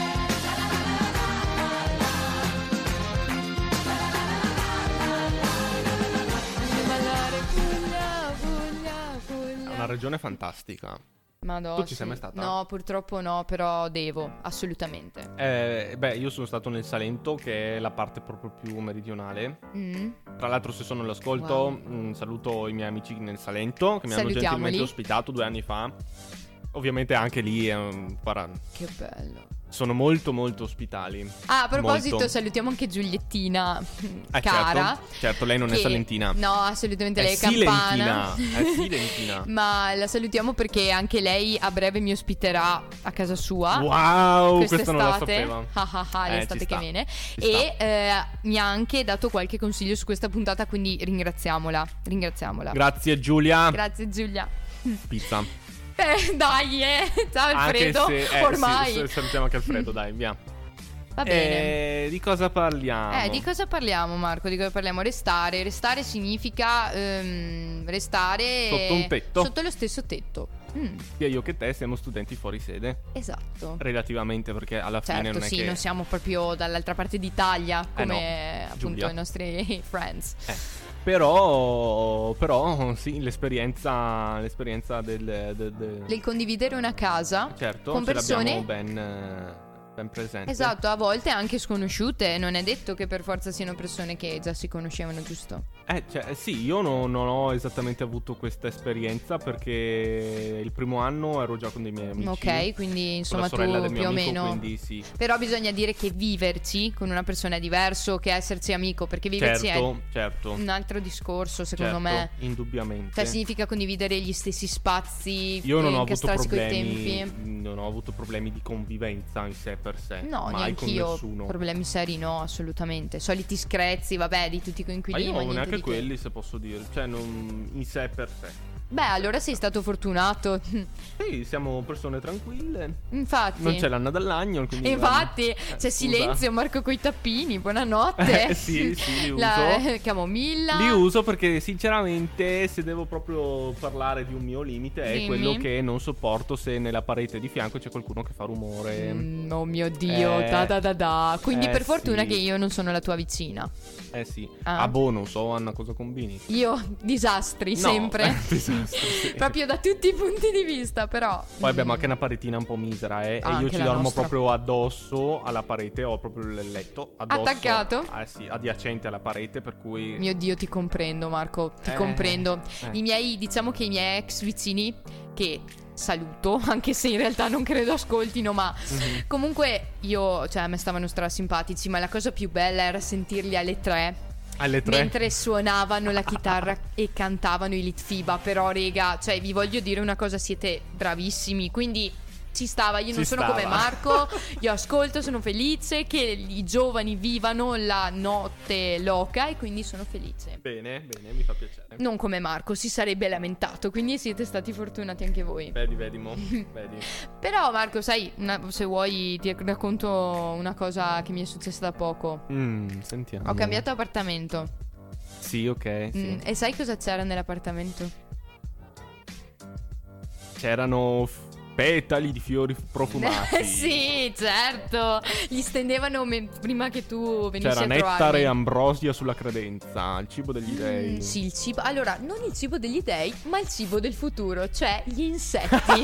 S4: Ballare Puglia, Puglia,
S3: È
S4: Puglia.
S3: una regione fantastica.
S4: Madonna,
S3: Tu ci sei
S4: sì.
S3: mai stata?
S4: No, purtroppo no, però devo, assolutamente.
S3: Eh, beh, io sono stato nel Salento, che è la parte proprio più meridionale.
S4: Mm.
S3: Tra l'altro, se sono all'ascolto,
S4: Wow.
S3: mh, saluto i miei amici nel Salento, che mi hanno
S4: Salutiamoli.
S3: gentilmente ospitato due anni fa. Ovviamente anche lì, ehm, guarda,
S4: Che bello.
S3: sono molto molto ospitali.
S4: Ah, a proposito,
S3: Molto.
S4: salutiamo anche Giuliettina,
S3: Eh,
S4: cara.
S3: certo, certo, lei non è
S4: che-
S3: salentina.
S4: No, assolutamente,
S3: È
S4: lei è campana.
S3: silentina, è silentina.
S4: Ma la salutiamo perché anche lei a breve mi ospiterà a casa sua.
S3: Wow, questa non la
S4: Quest'estate.
S3: sapevo.
S4: Ah, ah, ah,
S3: Eh,
S4: l'estate
S3: ci
S4: che
S3: sta,
S4: viene.
S3: ci
S4: E
S3: sta.
S4: eh, mi ha anche dato qualche consiglio su questa puntata, quindi ringraziamola. Ringraziamola.
S3: Grazie Giulia.
S4: Grazie Giulia.
S3: Pizza.
S4: Eh, dai, eh. Ciao Alfredo.
S3: Anche se, eh,
S4: Ormai.
S3: sì, salutiamo anche Alfredo, dai, via.
S4: Va bene.
S3: Eh, di cosa parliamo?
S4: Eh, di cosa parliamo, Marco? Di cosa parliamo? Restare. Restare significa ehm, restare
S3: Sotto un tetto.
S4: Sotto lo stesso tetto. Mm,
S3: Sia io che te siamo studenti fuori sede.
S4: esatto.
S3: Relativamente, perché alla fine
S4: Certo,
S3: non è
S4: sì,
S3: che...
S4: non siamo proprio dall'altra parte d'Italia come
S3: no,
S4: appunto
S3: Giulia.
S4: i nostri friends.
S3: Eh, Però, però, sì, l'esperienza, l'esperienza del, del, del-
S4: Del condividere una casa
S3: certo,
S4: con
S3: ce
S4: persone
S3: l'abbiamo ben, eh, ben presente.
S4: esatto, a volte anche sconosciute. Non è detto che per forza siano persone che già si conoscevano, giusto?
S3: Eh, cioè, sì, io no- non ho esattamente avuto questa esperienza perché il primo anno ero già con dei miei amici.
S4: Ok, quindi
S3: con
S4: insomma
S3: la
S4: tu
S3: sorella del
S4: più
S3: mio
S4: o
S3: amico,
S4: meno.
S3: quindi sì.
S4: Però bisogna dire che viverci con una persona è diverso che esserci amico, perché viverci
S3: Certo,
S4: è
S3: certo.
S4: un altro discorso, secondo
S3: certo,
S4: me.
S3: indubbiamente.
S4: Cioè significa condividere gli stessi spazi,
S3: Io non
S4: e
S3: ho avuto
S4: incastrarsi coi
S3: problemi,
S4: tempi.
S3: non ho avuto problemi di convivenza in sé per sé.
S4: No,
S3: mai con
S4: neanch'io.
S3: nessuno.
S4: Problemi seri no, assolutamente. Soliti screzi, vabbè, di tutti i
S3: Ma
S4: coinquilini.
S3: io
S4: ma
S3: non ho
S4: niente
S3: neanche
S4: di che.
S3: quelli, se posso dire. Cioè, non in sé per sé.
S4: Beh, allora sei stato fortunato.
S3: Sì, siamo persone tranquille.
S4: Infatti.
S3: Non c'è l'Anna Dall'Agno. Quindi
S4: Infatti,
S3: Eh,
S4: c'è
S3: scusa.
S4: silenzio, Marco coi tappini, buonanotte.
S3: Eh, sì, sì, li
S4: La
S3: uso.
S4: eh, camomilla.
S3: Li uso perché sinceramente se devo proprio parlare di un mio limite è
S4: Dimmi.
S3: quello che non sopporto se nella parete di fianco c'è qualcuno che fa rumore.
S4: Mm, oh mio Dio,
S3: Eh,
S4: da da da da. Quindi
S3: eh,
S4: per fortuna
S3: sì.
S4: che io non sono la tua vicina.
S3: Eh sì.
S4: Ah.
S3: Ah, boh, non so Anna cosa combini.
S4: Io disastri
S3: No,
S4: sempre.
S3: disastro, sì.
S4: Proprio da tutti i punti di vista, però.
S3: Poi abbiamo
S4: mm,
S3: anche una paretina un po' misera, eh.
S4: Ah,
S3: e io
S4: anche
S3: ci
S4: la
S3: dormo
S4: nostra.
S3: proprio addosso alla parete, ho proprio il letto addosso.
S4: Attaccato?
S3: Eh sì, adiacente alla parete, per cui...
S4: Mio Dio, ti comprendo, Marco. Ti
S3: Eh,
S4: comprendo.
S3: eh.
S4: I miei, diciamo che i miei ex vicini, che saluto, anche se in realtà non credo ascoltino, ma
S3: Mhm.
S4: comunque io, cioè, a me stavano strasimpatici, ma la cosa più bella era sentirli alle tre.
S3: Alle tre.
S4: Mentre suonavano la chitarra e cantavano i Litfiba. Però rega, cioè vi voglio dire una cosa, siete bravissimi, quindi ci stava. Io non
S3: Ci
S4: sono
S3: stava.
S4: come Marco. Io ascolto, sono felice che i giovani vivano la notte loca e quindi sono felice.
S3: Bene, bene, mi fa piacere.
S4: Non come Marco, si sarebbe lamentato, quindi siete stati fortunati anche voi.
S3: Vedi, vedi, mo. Vedi.
S4: Però Marco, sai, una- se vuoi ti racconto una cosa che mi è successa da poco.
S3: Mm, sentiamo.
S4: Ho cambiato appartamento.
S3: Sì, ok, sì.
S4: Mm, e sai cosa c'era nell'appartamento?
S3: C'erano f- petali di fiori profumati.
S4: Sì, certo. Gli stendevano me- prima che tu venissi
S3: C'era
S4: a trovarli.
S3: nettare e ambrosia sulla credenza, il cibo degli dei.
S4: Mm, sì, il cibo. Allora, non il cibo degli dei, ma il cibo del futuro, cioè gli insetti.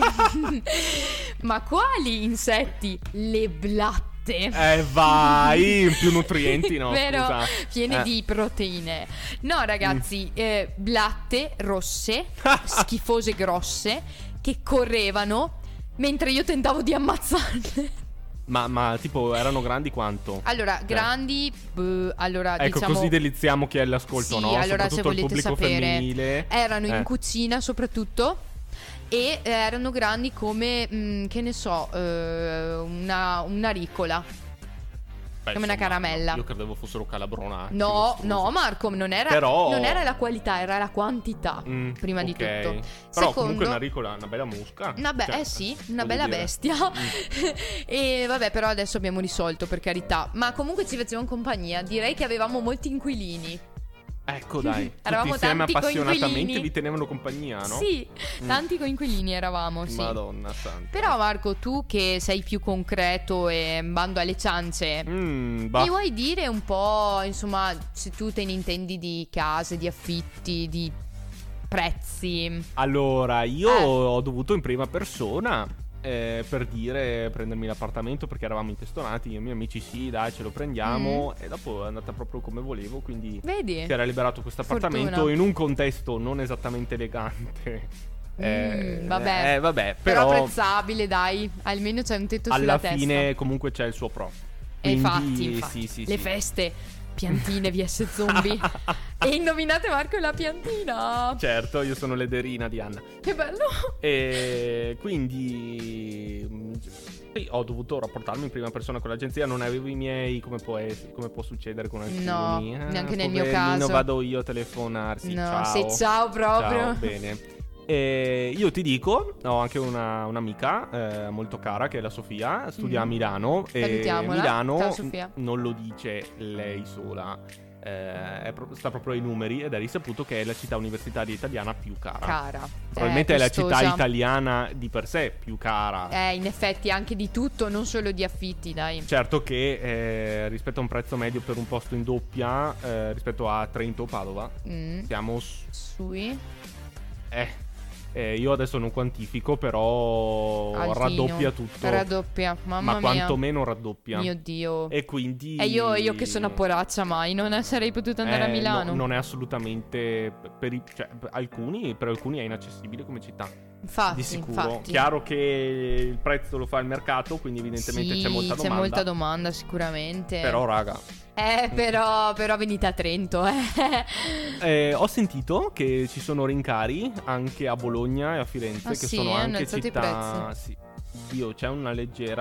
S4: Ma quali insetti? Le blatte.
S3: Eh vai, più nutrienti, no?
S4: Vero?
S3: Scusa.
S4: Piene
S3: Eh.
S4: di proteine. No, ragazzi,
S3: Mm.
S4: eh, blatte rosse, schifose grosse, che correvano mentre io tentavo di ammazzarle.
S3: Ma, ma tipo erano grandi quanto?
S4: Allora,
S3: Cioè,
S4: grandi, beh, allora
S3: ecco,
S4: diciamo
S3: così deliziamo chi è all'ascolto,
S4: sì,
S3: no?
S4: allora se
S3: Soprattutto il
S4: volete
S3: pubblico
S4: sapere,
S3: femminile.
S4: erano in
S3: Eh.
S4: cucina soprattutto. E eh, erano grandi come, mm, che ne so, eh, una, una ricola.
S3: Beh,
S4: come una
S3: insomma,
S4: caramella.
S3: Io credevo fossero calabronati.
S4: No,
S3: mostruosi.
S4: no, Marco, non era,
S3: Però-
S4: non era la qualità, era la quantità.
S3: Mm,
S4: prima di
S3: ok.
S4: tutto.
S3: Però
S4: Secondo,
S3: comunque una ricola, una bella mosca.
S4: Una be-
S3: Cioè,
S4: eh sì, una
S3: voglio
S4: bella
S3: dire.
S4: bestia. E vabbè, però adesso abbiamo risolto, per carità. Ma comunque ci facevano compagnia. Direi che avevamo molti inquilini.
S3: Ecco dai, tutti
S4: Eravamo
S3: insieme
S4: tanti
S3: appassionatamente
S4: coinquilini.
S3: vi tenevano compagnia, no?
S4: Sì,
S3: Mm.
S4: tanti coinquilini eravamo, sì.
S3: Madonna santa.
S4: Però Marco, tu che sei più concreto e bando alle ciance,
S3: Mm, bah.
S4: mi vuoi dire un po', insomma, se tu te ne intendi di case, di affitti, di prezzi?
S3: Allora, io
S4: Eh.
S3: ho dovuto in prima persona eh, per dire prendermi l'appartamento perché eravamo intestonati, io e i miei amici sì, dai, ce lo prendiamo e dopo è andata proprio come volevo, quindi
S4: Vedi?
S3: si era liberato questo appartamento
S4: Fortuna.
S3: in un contesto non esattamente elegante. Eh,
S4: Mm, vabbè.
S3: eh, vabbè,
S4: Però
S3: però,
S4: apprezzabile, dai. Almeno c'è un tetto
S3: alla
S4: sulla
S3: fine
S4: testa.
S3: comunque c'è il suo pro.
S4: E
S3: Quindi,
S4: infatti, infatti.
S3: sì, sì,
S4: le
S3: sì.
S4: feste, piantine vs zombie. E indovinate Marco la piantina.
S3: Certo, io sono l'ederina di Anna.
S4: Che bello.
S3: E quindi mm, sì, ho dovuto rapportarmi in prima persona con l'agenzia. Non avevo i miei, come può, es- come può succedere con alcuni.
S4: No,
S3: Ah,
S4: neanche nel mio
S3: poverino,
S4: caso.
S3: vado io a telefonarsi.
S4: No,
S3: ciao.
S4: sei ciao proprio.
S3: Ciao, bene. E io ti dico, ho anche una, un'amica eh, molto cara che è la Sofia, studia
S4: Mhm.
S3: a Milano. E
S4: Salutiamola.
S3: Milano
S4: Ciao, Sofia.
S3: n- non lo dice lei sola. eh, è pro- sta proprio ai numeri ed è risaputo che è la città universitaria italiana più cara.
S4: Cara.
S3: Probabilmente
S4: Eh,
S3: è la città
S4: costosa.
S3: italiana di per sé più cara.
S4: Eh, in effetti anche di tutto, non solo di affitti, dai.
S3: Certo che eh, rispetto a un prezzo medio per un posto in doppia, eh, rispetto a Trento o Padova,
S4: Mm.
S3: siamo s-
S4: Sui.
S3: eh, eh, io adesso non quantifico, però
S4: Altino.
S3: raddoppia tutto.
S4: Raddoppia, mamma
S3: ma
S4: mia.
S3: quantomeno raddoppia.
S4: Mio Dio.
S3: E quindi
S4: E io, io che sono a Poraccia mai, non sarei potuta andare
S3: Eh,
S4: a Milano.
S3: no, non è assolutamente per, i- cioè, per alcuni, per alcuni è inaccessibile come città.
S4: Infatti,
S3: Di sicuro.
S4: infatti.
S3: Chiaro che il prezzo lo fa il mercato, quindi evidentemente
S4: Sì,
S3: c'è molta
S4: c'è
S3: domanda.
S4: molta domanda sicuramente.
S3: Però raga,
S4: Eh, però, però venite a Trento, eh.
S3: eh, ho sentito che ci sono rincari anche a Bologna e a Firenze,
S4: Ah,
S3: che
S4: sì,
S3: sono
S4: hanno
S3: anche
S4: alzato i
S3: città. Sì. Dio, c'è una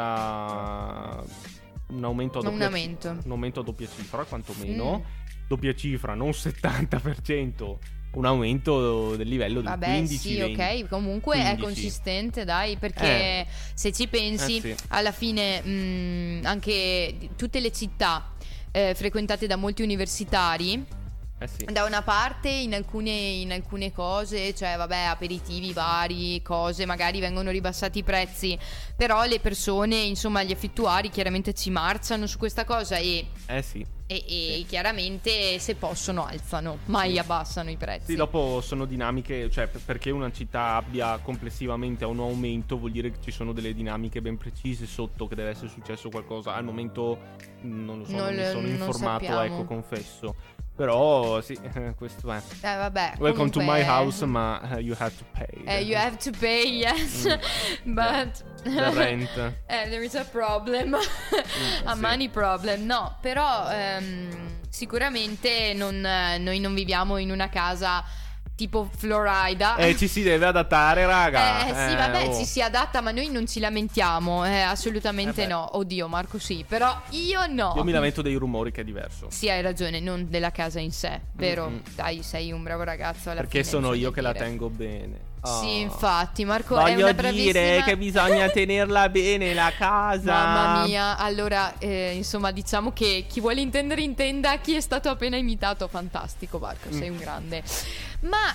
S3: leggera. Un aumento a
S4: Un
S3: doppia
S4: aumento.
S3: un aumento a doppia cifra, quantomeno.
S4: Mm.
S3: Doppia cifra, non settanta per cento. Un aumento del livello del
S4: Vabbè,
S3: quindici
S4: sì,
S3: venti.
S4: ok. Comunque è
S3: quindici.
S4: consistente, dai. Perché
S3: Eh.
S4: se ci pensi,
S3: Eh, sì.
S4: alla fine, mh, anche di- tutte le città eh, frequentate da molti universitari.
S3: Eh sì.
S4: Da una parte in alcune, in alcune cose, cioè vabbè, aperitivi vari, cose, magari vengono ribassati i prezzi, però le persone, insomma gli affittuari chiaramente ci marciano su questa cosa e,
S3: Eh sì.
S4: e, e
S3: Sì.
S4: chiaramente se possono alzano, mai abbassano i prezzi.
S3: Sì, dopo sono dinamiche, cioè per- perché una città abbia complessivamente un aumento vuol dire che ci sono delle dinamiche ben precise sotto, che deve essere successo qualcosa. Al momento mh, non lo so,
S4: Non
S3: non, mi
S4: lo-
S3: sono
S4: non
S3: informato,
S4: sappiamo.
S3: ecco, confesso. Però sì, questo è.
S4: Eh vabbè.
S3: Welcome to my
S4: comunque-
S3: house, ma uh, you have to pay.
S4: Eh, you have to pay, yes,
S3: Mm.
S4: but
S3: The rent.
S4: eh, there is a problem, a
S3: sì.
S4: money problem. No, però ehm, sicuramente non, eh, noi non viviamo in una casa tipo Florida.
S3: Eh, ci si deve adattare, raga.
S4: Eh sì, vabbè,
S3: oh.
S4: ci si adatta, ma noi non ci lamentiamo, eh, assolutamente
S3: Eh beh.
S4: no. Oddio, Marco sì, però io no.
S3: Io mi lamento dei rumori, che è diverso.
S4: Sì, hai ragione, non della casa in sé, vero?
S3: Mm-mm.
S4: Dai, sei un bravo ragazzo alla
S3: Perché
S4: fine,
S3: sono
S4: bisogna
S3: io che la
S4: dire.
S3: tengo bene. Oh.
S4: Sì, infatti, Marco è
S3: Voglio
S4: una
S3: dire
S4: bravissima...
S3: che bisogna tenerla bene la casa.
S4: Mamma mia, allora, eh, insomma, diciamo che chi vuole intendere intenda, chi è stato appena imitato, fantastico Marco, sei un grande. Ma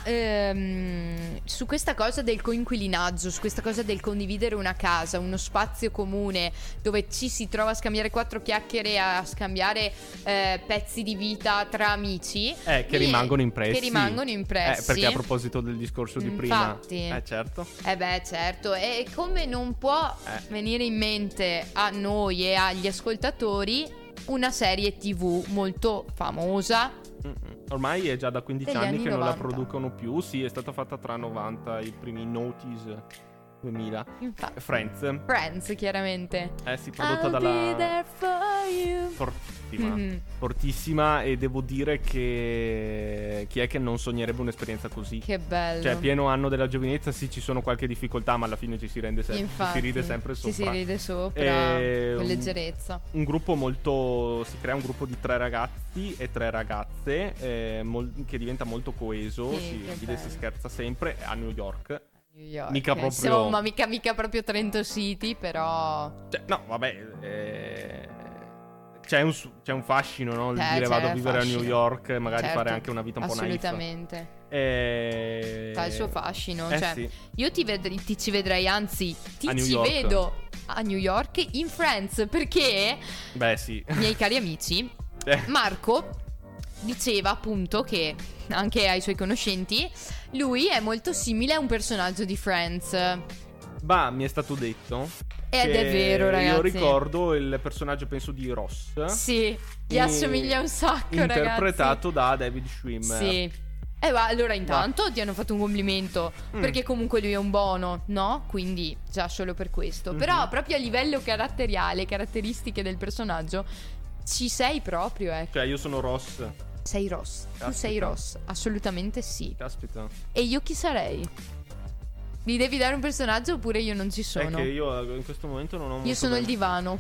S4: ehm, su questa cosa del coinquilinaggio, su questa cosa del condividere una casa, uno spazio comune dove ci si trova a scambiare quattro chiacchiere, a scambiare eh, pezzi di vita tra amici,
S3: Eh, che
S4: mi-
S3: rimangono impressi.
S4: Che rimangono impressi.
S3: Eh, perché a proposito del discorso di prima.
S4: Infatti.
S3: Eh, certo.
S4: Eh beh, certo, e come non può
S3: Eh.
S4: venire in mente a noi e agli ascoltatori una serie tivù molto famosa.
S3: Mm-mm. Ormai è già da quindici
S4: Degli
S3: anni
S4: anni
S3: che non la
S4: novanta.
S3: producono più. Sì, è stata fatta tra novanta e i primi notice duemila.
S4: Infatti,
S3: Friends.
S4: Friends, chiaramente.
S3: Eh sì, prodotta
S4: I'll
S3: dalla...
S4: be there for you.
S3: Fortissima.
S4: Mhm.
S3: Fortissima, e devo dire che chi è che non sognerebbe un'esperienza così?
S4: Che bello.
S3: Cioè, pieno anno della giovinezza, sì, ci sono qualche difficoltà, ma alla fine ci si rende sempre,
S4: Infatti,
S3: si ride sempre
S4: Ci
S3: sopra.
S4: si ride sopra
S3: E
S4: con
S3: un-
S4: leggerezza.
S3: Un gruppo molto. Si crea un gruppo di tre ragazzi e tre ragazze eh, mol- che diventa molto coeso.
S4: Sì,
S3: si
S4: che
S3: ride e si
S4: bello.
S3: scherza sempre a New York.
S4: New York.
S3: Mica proprio-
S4: Insomma, mica, mica proprio Trento City, però.
S3: Cioè, no, vabbè. eh, C'è un, su- c'è un fascino, no? Il
S4: Eh,
S3: dire
S4: c'è
S3: vado a vivere
S4: fascino.
S3: a New York, magari
S4: Certo,
S3: fare anche una vita un po' naif.
S4: assolutamente.
S3: E...
S4: Ha il suo fascino.
S3: Eh
S4: cioè,
S3: sì.
S4: io ti, vedrei, ti ci vedrei, anzi, ti
S3: A New
S4: ci
S3: York.
S4: vedo a New York in Friends, perché,
S3: Beh, sì.
S4: miei cari amici,
S3: Eh,
S4: Marco diceva appunto che anche ai suoi conoscenti lui è molto simile a un personaggio di Friends.
S3: bah, mi è stato detto.
S4: Ed
S3: che
S4: è vero, ragazzi.
S3: Io ricordo il personaggio, penso, di Ross.
S4: Sì, gli
S3: E-
S4: assomiglia un sacco,
S3: interpretato da David Schwimmer.
S4: ragazzi. Sì. E va, allora intanto ti hanno fatto un complimento,
S3: Mm.
S4: perché comunque lui è un buono, no? Quindi già solo per questo.
S3: Mhm.
S4: Però proprio a livello caratteriale, caratteristiche del personaggio, ci sei proprio, ecco.
S3: Cioè, io sono Ross.
S4: Sei Ross. Tu
S3: Caspita.
S4: sei Ross, assolutamente sì.
S3: Caspita.
S4: E io chi sarei? Mi devi dare un personaggio oppure io non ci sono?
S3: È che io eh, in questo momento non ho molto
S4: Io sono il
S3: ben-
S4: divano,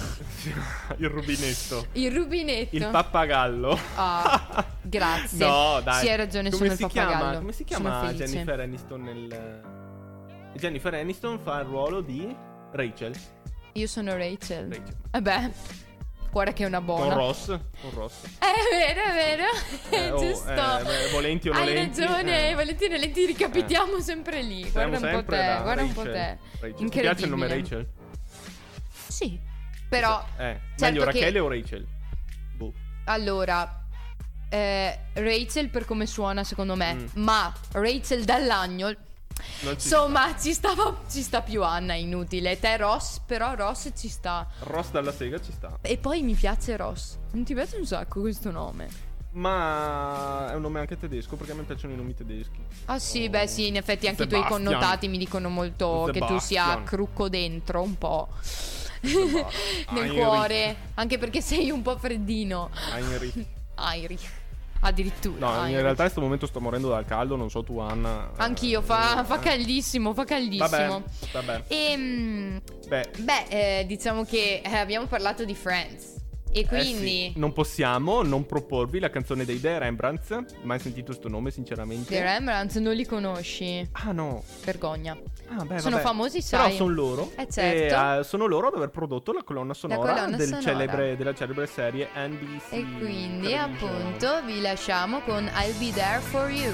S3: il rubinetto.
S4: il rubinetto.
S3: Il pappagallo.
S4: Ah, grazie.
S3: No, dai.
S4: Sì, hai ragione,
S3: Come
S4: sono il
S3: si chiama?
S4: pappagallo.
S3: Come si
S4: Sono
S3: chiama
S4: felice.
S3: Jennifer Aniston nel Jennifer Aniston fa il ruolo di Rachel.
S4: Io sono Rachel.
S3: Rachel.
S4: Vabbè, guarda che è una buona.
S3: Con Ross, con Ross.
S4: È vero, è vero.
S3: Eh, oh,
S4: Giusto.
S3: eh, beh, volenti o
S4: Hai
S3: nolenti,
S4: ragione,
S3: eh.
S4: volenti o nolenti ricapitiamo sempre lì.
S3: Siamo
S4: Guarda un po'
S3: sempre
S4: te,
S3: da
S4: guarda un
S3: Rachel.
S4: po' te.
S3: Rachel. Ti piace il nome
S4: Incredibile.
S3: Rachel?
S4: Sì. Però
S3: Eh,
S4: certo
S3: meglio
S4: che-
S3: Rachele o Rachel? Boh.
S4: allora eh, Rachel per come suona secondo me,
S3: Mm.
S4: ma Rachel dall'agno
S3: Non ci
S4: insomma ci stava ci sta più Anna, inutile. Te Ross, però Ross ci sta.
S3: sta. Ross dalla sega ci sta.
S4: E poi mi piace Ross. Non ti piace un sacco questo nome?
S3: Ma è un nome anche tedesco, perché a me piacciono i nomi tedeschi.
S4: Ah sì, beh sì, in effetti anche i tuoi
S3: Sebastian.
S4: connotati mi dicono molto che tu sia
S3: Sebastian.
S4: crucco dentro un po'.
S3: Sebastian.
S4: Nel
S3: Heinrich.
S4: cuore, anche perché sei un po' freddino.
S3: Heinrich.
S4: Heinrich. Addirittura.
S3: No, in
S4: Heinrich.
S3: realtà in questo momento sto morendo dal caldo, non so tu Anna. Eh,
S4: Anch'io, fa, fa
S3: eh.
S4: caldissimo, fa caldissimo.
S3: Vabbè, vabbè.
S4: E
S3: Beh,
S4: beh, eh, diciamo che eh, abbiamo parlato di Friends. E
S3: eh
S4: quindi
S3: sì, non possiamo non proporvi la canzone dei The Rembrandts. Mai sentito sto nome, sinceramente?
S4: The Rembrandts non li conosci?
S3: Ah no.
S4: Vergogna.
S3: Ah, beh,
S4: Sono
S3: vabbè.
S4: famosi, sai.
S3: Però sono loro.
S4: Eh, certo.
S3: E, eh, sono loro ad aver prodotto la colonna sonora,
S4: colonna
S3: del
S4: sonora.
S3: Celebre, della celebre serie N B C.
S4: E quindi
S3: Television.
S4: appunto vi lasciamo con I'll Be There For You.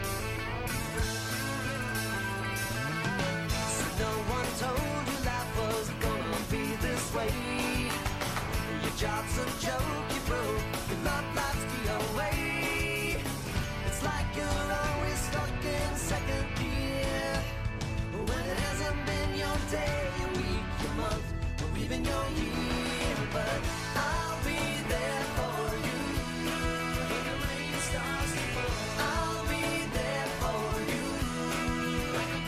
S2: No one told you life was gonna be this way. Your job's a joke you broke, your love life's the away. It's like you're always stuck in second gear, when it hasn't been your day, your week, your month, or even your year. But I'll be there for you when the rain starts to fall. I'll be there for you. I'll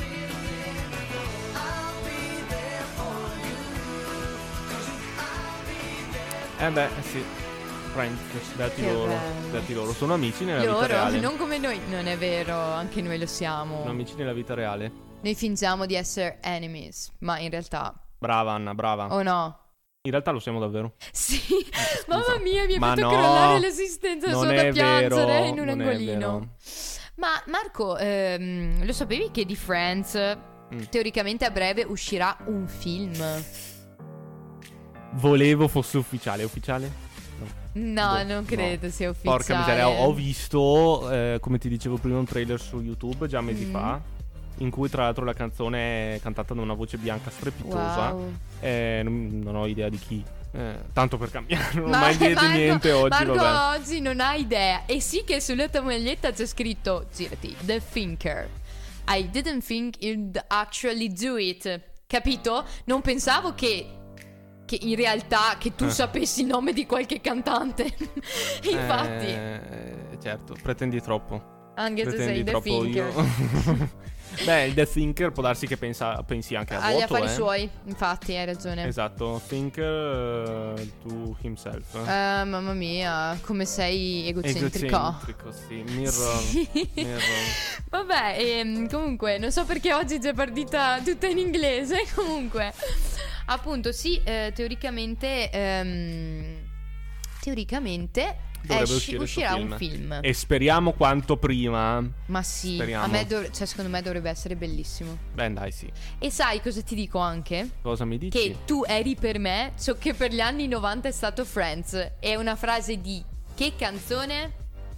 S2: be there for you. 'Cause I'll be there.
S3: Eh beh, eh sì. Friends, beati
S4: Che
S3: loro.
S4: bello.
S3: Beati loro. Sono amici nella vita
S4: Loro,
S3: reale.
S4: non come noi. Non è vero, anche noi lo siamo.
S3: Sono amici nella vita reale.
S4: Noi fingiamo di essere enemies, ma in realtà...
S3: Brava Anna, brava.
S4: Oh no?
S3: In realtà lo siamo davvero.
S4: Sì, mamma mia, mi hai
S3: Ma
S4: fatto
S3: no,
S4: crollare l'esistenza
S3: non
S4: solo
S3: è
S4: da piangere
S3: vero,
S4: in un
S3: non è
S4: angolino.
S3: vero.
S4: Ma Marco, ehm, lo sapevi che di Friends
S3: Mm.
S4: teoricamente a breve uscirà un film?
S3: Volevo fosse ufficiale. È ufficiale?
S4: No,
S3: Boh,
S4: non credo sia ufficiale.
S3: Porca miseria, ho ho visto, eh, come ti dicevo prima, un trailer su YouTube già mesi
S4: Mm.
S3: fa, in cui tra l'altro la canzone è cantata da una voce bianca strepitosa.
S4: Wow.
S3: Eh, non, non ho idea di chi. Eh, tanto per cambiare, non ho
S4: Ma-
S3: mai idea di
S4: Marco-
S3: niente oggi,
S4: Marco
S3: vabbè.
S4: oggi non ha idea. E sì che sulla tua maglietta c'è scritto, girati, The Thinker. I didn't think you'd actually do it. Capito? Non pensavo che che in realtà che tu
S3: Eh.
S4: sapessi il nome di qualche cantante. Infatti,
S3: Eh, certo, pretendi troppo.
S4: anche se
S3: Pretendi
S4: sei The
S3: troppo
S4: Thinker.
S3: io. Beh, il The Thinker può darsi che pensa, pensi anche a
S4: Agli
S3: vuoto,
S4: affari
S3: eh.
S4: suoi, infatti, hai ragione.
S3: Esatto, thinker uh, to himself.
S4: Eh, mamma mia, come sei egocentrico.
S3: Egocentrico, sì. Mirror.
S4: Sì.
S3: Mirror.
S4: Vabbè, ehm, comunque, non so perché oggi è partita tutta in inglese. Comunque, appunto, sì, eh, teoricamente. ehm, teoricamente.
S3: Dovrebbe
S4: esci-
S3: uscire questo
S4: uscirà
S3: film.
S4: un film.
S3: E speriamo quanto prima.
S4: Ma sì,
S3: speriamo.
S4: a me dov- cioè, secondo me dovrebbe essere bellissimo.
S3: Beh, dai, sì.
S4: E sai cosa ti dico anche?
S3: Cosa mi dici?
S4: Che tu eri per me ciò che per gli anni novanta è stato Friends. È una frase di che canzone?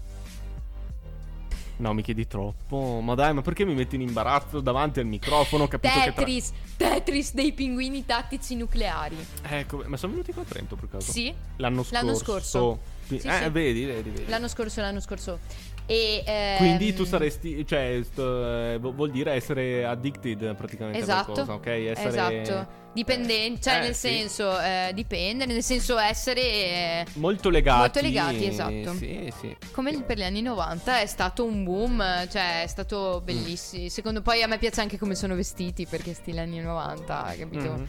S3: No, mi chiedi troppo. Ma dai, ma perché mi metti in imbarazzo davanti al microfono? Ho capito che tra...
S4: Tetris, Tetris dei pinguini tattici nucleari.
S3: Ecco, ma sono venuti qua a Trento per caso?
S4: Sì,
S3: L'anno scorso.
S4: L'anno scorso.
S3: Sì,
S4: Sì,
S3: eh,
S4: sì.
S3: vedi, vedi, vedi.
S4: l'anno scorso, l'anno scorso. E ehm,
S3: Quindi tu saresti, cioè, sto- eh, vu- vuol dire essere addicted praticamente a
S4: Esatto,
S3: qualcosa, ok? Essere
S4: esatto. Dipendente, cioè
S3: Eh,
S4: nel
S3: sì.
S4: senso, eh, dipende, nel senso essere eh,
S3: molto legati.
S4: molto legati, esatto.
S3: Sì, sì.
S4: come per gli anni novanta è stato un boom, cioè è stato bellissimo. Secondo poi a me piace anche come sono vestiti perché stile anni novanta, capito?
S3: Mhm.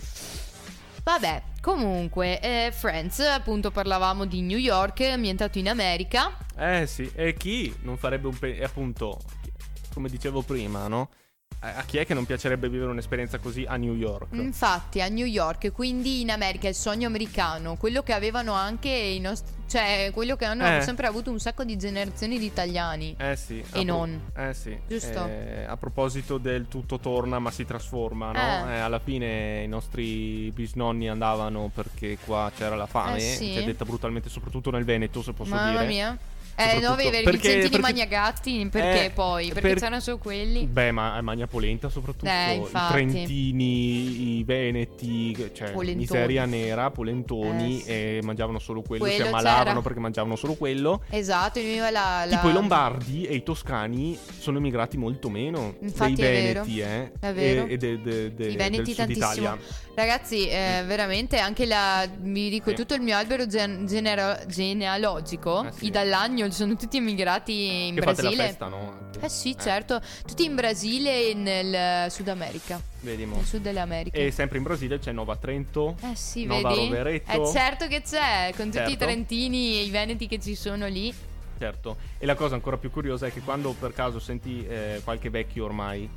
S4: Vabbè, comunque, eh, Friends, appunto parlavamo di New York, ambientato in America.
S3: Eh sì, e chi non farebbe un pe- e appunto, come dicevo prima, no? A a chi è che non piacerebbe vivere un'esperienza così a New York?
S4: Infatti a New York, quindi in America, il sogno americano, quello che avevano anche i nostri, cioè quello che hanno
S3: Eh.
S4: sempre avuto un sacco di generazioni di italiani.
S3: Eh sì. a
S4: E non.
S3: Eh sì.
S4: Giusto.
S3: Eh, a proposito del tutto torna ma si trasforma, no?
S4: Eh.
S3: Eh, alla fine i nostri bisnonni andavano perché qua c'era la fame,
S4: Eh sì.
S3: che è detta brutalmente, soprattutto nel Veneto, se posso
S4: Mamma
S3: dire.
S4: mia. Eh, no,
S3: Soprattutto-
S4: avere i
S3: perché-
S4: vicentini
S3: perché-
S4: maniagatti, perché
S3: Eh,
S4: poi? Perché
S3: per-
S4: c'erano solo quelli.
S3: Beh, ma Magna Polenta soprattutto,
S4: Eh,
S3: i
S4: infatti.
S3: trentini, i veneti, cioè
S4: Polentoni.
S3: miseria nera, polentoni,
S4: Eh, sì.
S3: e mangiavano solo quello,
S4: Quello
S3: si ammalavano
S4: c'era.
S3: perché mangiavano solo quello.
S4: Esatto, mi veniva la, la...
S3: Tipo i lombardi e i toscani sono emigrati molto meno
S4: Infatti
S3: dei
S4: è vero.
S3: veneti, eh,
S4: È vero.
S3: e, e de- de- de-
S4: I veneti
S3: del sud
S4: tantissimo.
S3: Italia.
S4: Ragazzi, eh, veramente anche la vi dico
S3: Sì.
S4: tutto il mio albero gen- genero- genealogico,
S3: Eh, sì.
S4: i Dall'Agnol sono tutti emigrati in
S3: Che fate la
S4: Brasile.
S3: festa, no? Anche.
S4: Eh sì, certo, tutti in Brasile e nel Sud America,
S3: Vedi mo.
S4: nel sud delle Americhe.
S3: E sempre in Brasile c'è Nova Trento.
S4: Eh sì,
S3: Nova
S4: vedi?
S3: Rovereto.
S4: Eh certo che c'è, con tutti i
S3: Certo.
S4: trentini e i veneti che ci sono lì.
S3: Certo. E la cosa ancora più curiosa è che quando per caso senti eh, qualche vecchio ormai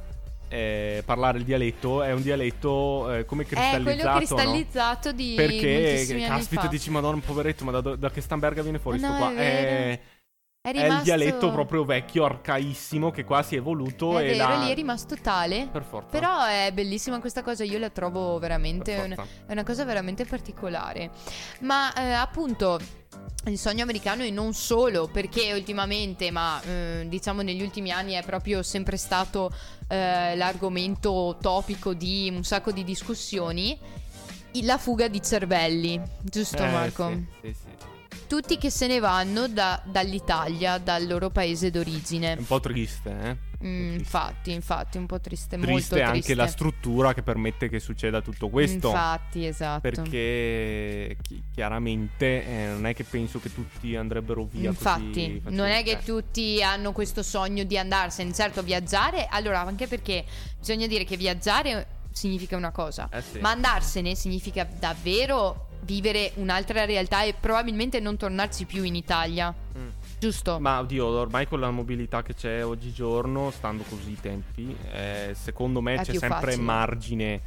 S3: eh, parlare il dialetto, è un dialetto eh, come
S4: È
S3: cristallizzato,
S4: quello
S3: no?
S4: cristallizzato di
S3: Perché,
S4: moltissimi anni
S3: caspita,
S4: fa.
S3: dici, madonna, poveretto, ma da, da che Stamberga viene fuori
S4: No,
S3: sto qua?
S4: è vero.
S3: È,
S4: È
S3: è il
S4: rimasto-
S3: dialetto proprio vecchio, arcaissimo, che qua si è evoluto
S4: È
S3: e
S4: vero,
S3: la...
S4: lì è rimasto tale.
S3: Per forza.
S4: Però è bellissima questa cosa, io la trovo veramente
S3: Per
S4: una,
S3: forza.
S4: è una cosa veramente particolare. Ma eh, appunto il sogno americano e non solo, perché ultimamente, ma eh, diciamo negli ultimi anni è proprio sempre stato eh, l'argomento topico di un sacco di discussioni, i- la fuga di cervelli, giusto
S3: Eh,
S4: Marco?
S3: sì, sì, sì.
S4: Tutti che se ne vanno da- dall'Italia, dal loro paese d'origine.
S3: È un po' triste, eh?
S4: Mm, infatti, infatti, un po' triste,
S3: Triste
S4: molto
S3: anche
S4: triste.
S3: la struttura che permette che succeda tutto questo.
S4: Infatti, esatto.
S3: Perché chi- chiaramente eh, non è che penso che tutti andrebbero via
S4: Infatti,
S3: così
S4: non è che
S3: facilmente.
S4: tutti hanno questo sogno di andarsene. Certo, viaggiare, allora, anche perché bisogna dire che viaggiare significa una cosa,
S3: Eh sì.
S4: ma andarsene significa davvero vivere un'altra realtà e probabilmente non tornarci più in Italia.
S3: Mm.
S4: Giusto?
S3: Ma oddio, ormai con la mobilità che c'è oggigiorno, stando così i tempi, eh, secondo me
S4: È
S3: c'è
S4: più
S3: sempre
S4: facile.
S3: margine.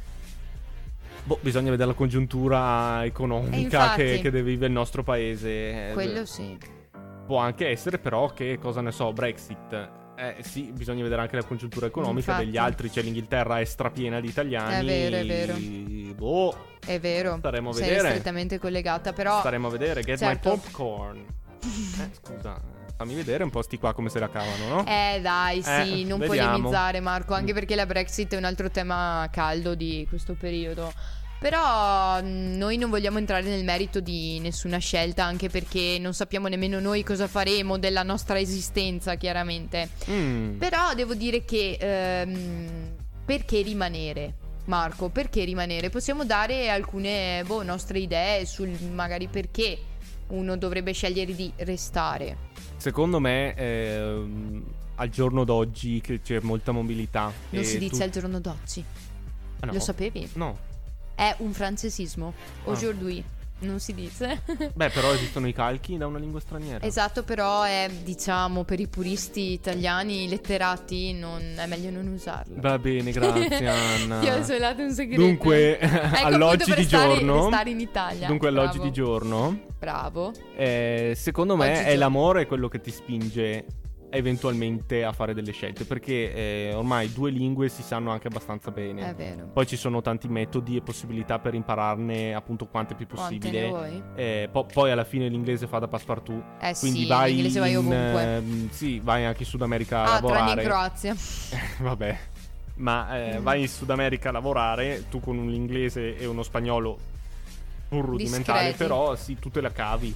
S3: Boh, bisogna vedere la congiuntura
S4: E
S3: economica
S4: infatti.
S3: che, che deve vivere il nostro paese. Eh,
S4: Quello sì.
S3: Può anche essere però che, cosa ne so, Brexit. Eh sì, bisogna vedere anche la congiuntura economica
S4: Infatti.
S3: degli altri. Cioè l'Inghilterra è strapiena di italiani.
S4: È vero, è vero.
S3: Boh, Boh,
S4: È vero,
S3: staremo a
S4: sei
S3: vedere.
S4: strettamente collegata, però
S3: Staremo a vedere. Get
S4: certo.
S3: my popcorn. Eh, scusa, fammi vedere un po' sti qua come se la cavano, no?
S4: Eh dai, sì,
S3: Eh,
S4: non
S3: vediamo.
S4: polemizzare, Marco, anche perché la Brexit è un altro tema caldo di questo periodo. Però mh, noi non vogliamo entrare nel merito di nessuna scelta, anche perché non sappiamo nemmeno noi cosa faremo della nostra esistenza, chiaramente.
S3: Mm.
S4: Però devo dire che ehm, perché rimanere? Marco, perché rimanere? Possiamo dare alcune boh, nostre idee sul magari perché uno dovrebbe scegliere di restare.
S3: Secondo me, ehm, al giorno d'oggi che c'è molta mobilità.
S4: Non
S3: e
S4: si dice
S3: tu-
S4: al giorno d'oggi.
S3: Ah, no.
S4: Lo sapevi?
S3: No.
S4: È un francesismo.
S3: Ah.
S4: Aujourd'hui. Non si dice.
S3: Beh, però esistono i calchi da una lingua straniera.
S4: Esatto, però è, diciamo, per i puristi italiani letterati non, è meglio non usarlo.
S3: Va bene, grazie Anna.
S4: Ti ho svelato un segreto.
S3: Dunque,
S4: Hai capito
S3: all'oggi
S4: per
S3: di
S4: stare-
S3: giorno.
S4: stare in Italia.
S3: Dunque, all'oggi
S4: Bravo.
S3: di giorno.
S4: Bravo.
S3: eh, secondo me
S4: Oggi
S3: è
S4: giorno.
S3: l'amore quello che ti spinge eventualmente a fare delle scelte. Perché eh, ormai due lingue si sanno anche abbastanza bene.
S4: È vero.
S3: Poi ci sono tanti metodi e possibilità per impararne appunto quante più
S4: Quante
S3: possibile.
S4: ne vuoi?
S3: Eh, po- poi alla fine l'inglese fa da passepartout.
S4: Eh
S3: Quindi
S4: sì,
S3: vai
S4: l'inglese vai
S3: in,
S4: ovunque.
S3: ehm, sì, vai anche in Sud America a
S4: Ah, tranne
S3: lavorare.
S4: in Croazia.
S3: Vabbè. Ma eh,
S4: Mm.
S3: vai in Sud America a lavorare, tu con un inglese e uno spagnolo pur rudimentale,
S4: Discreti.
S3: però sì, tu te la cavi.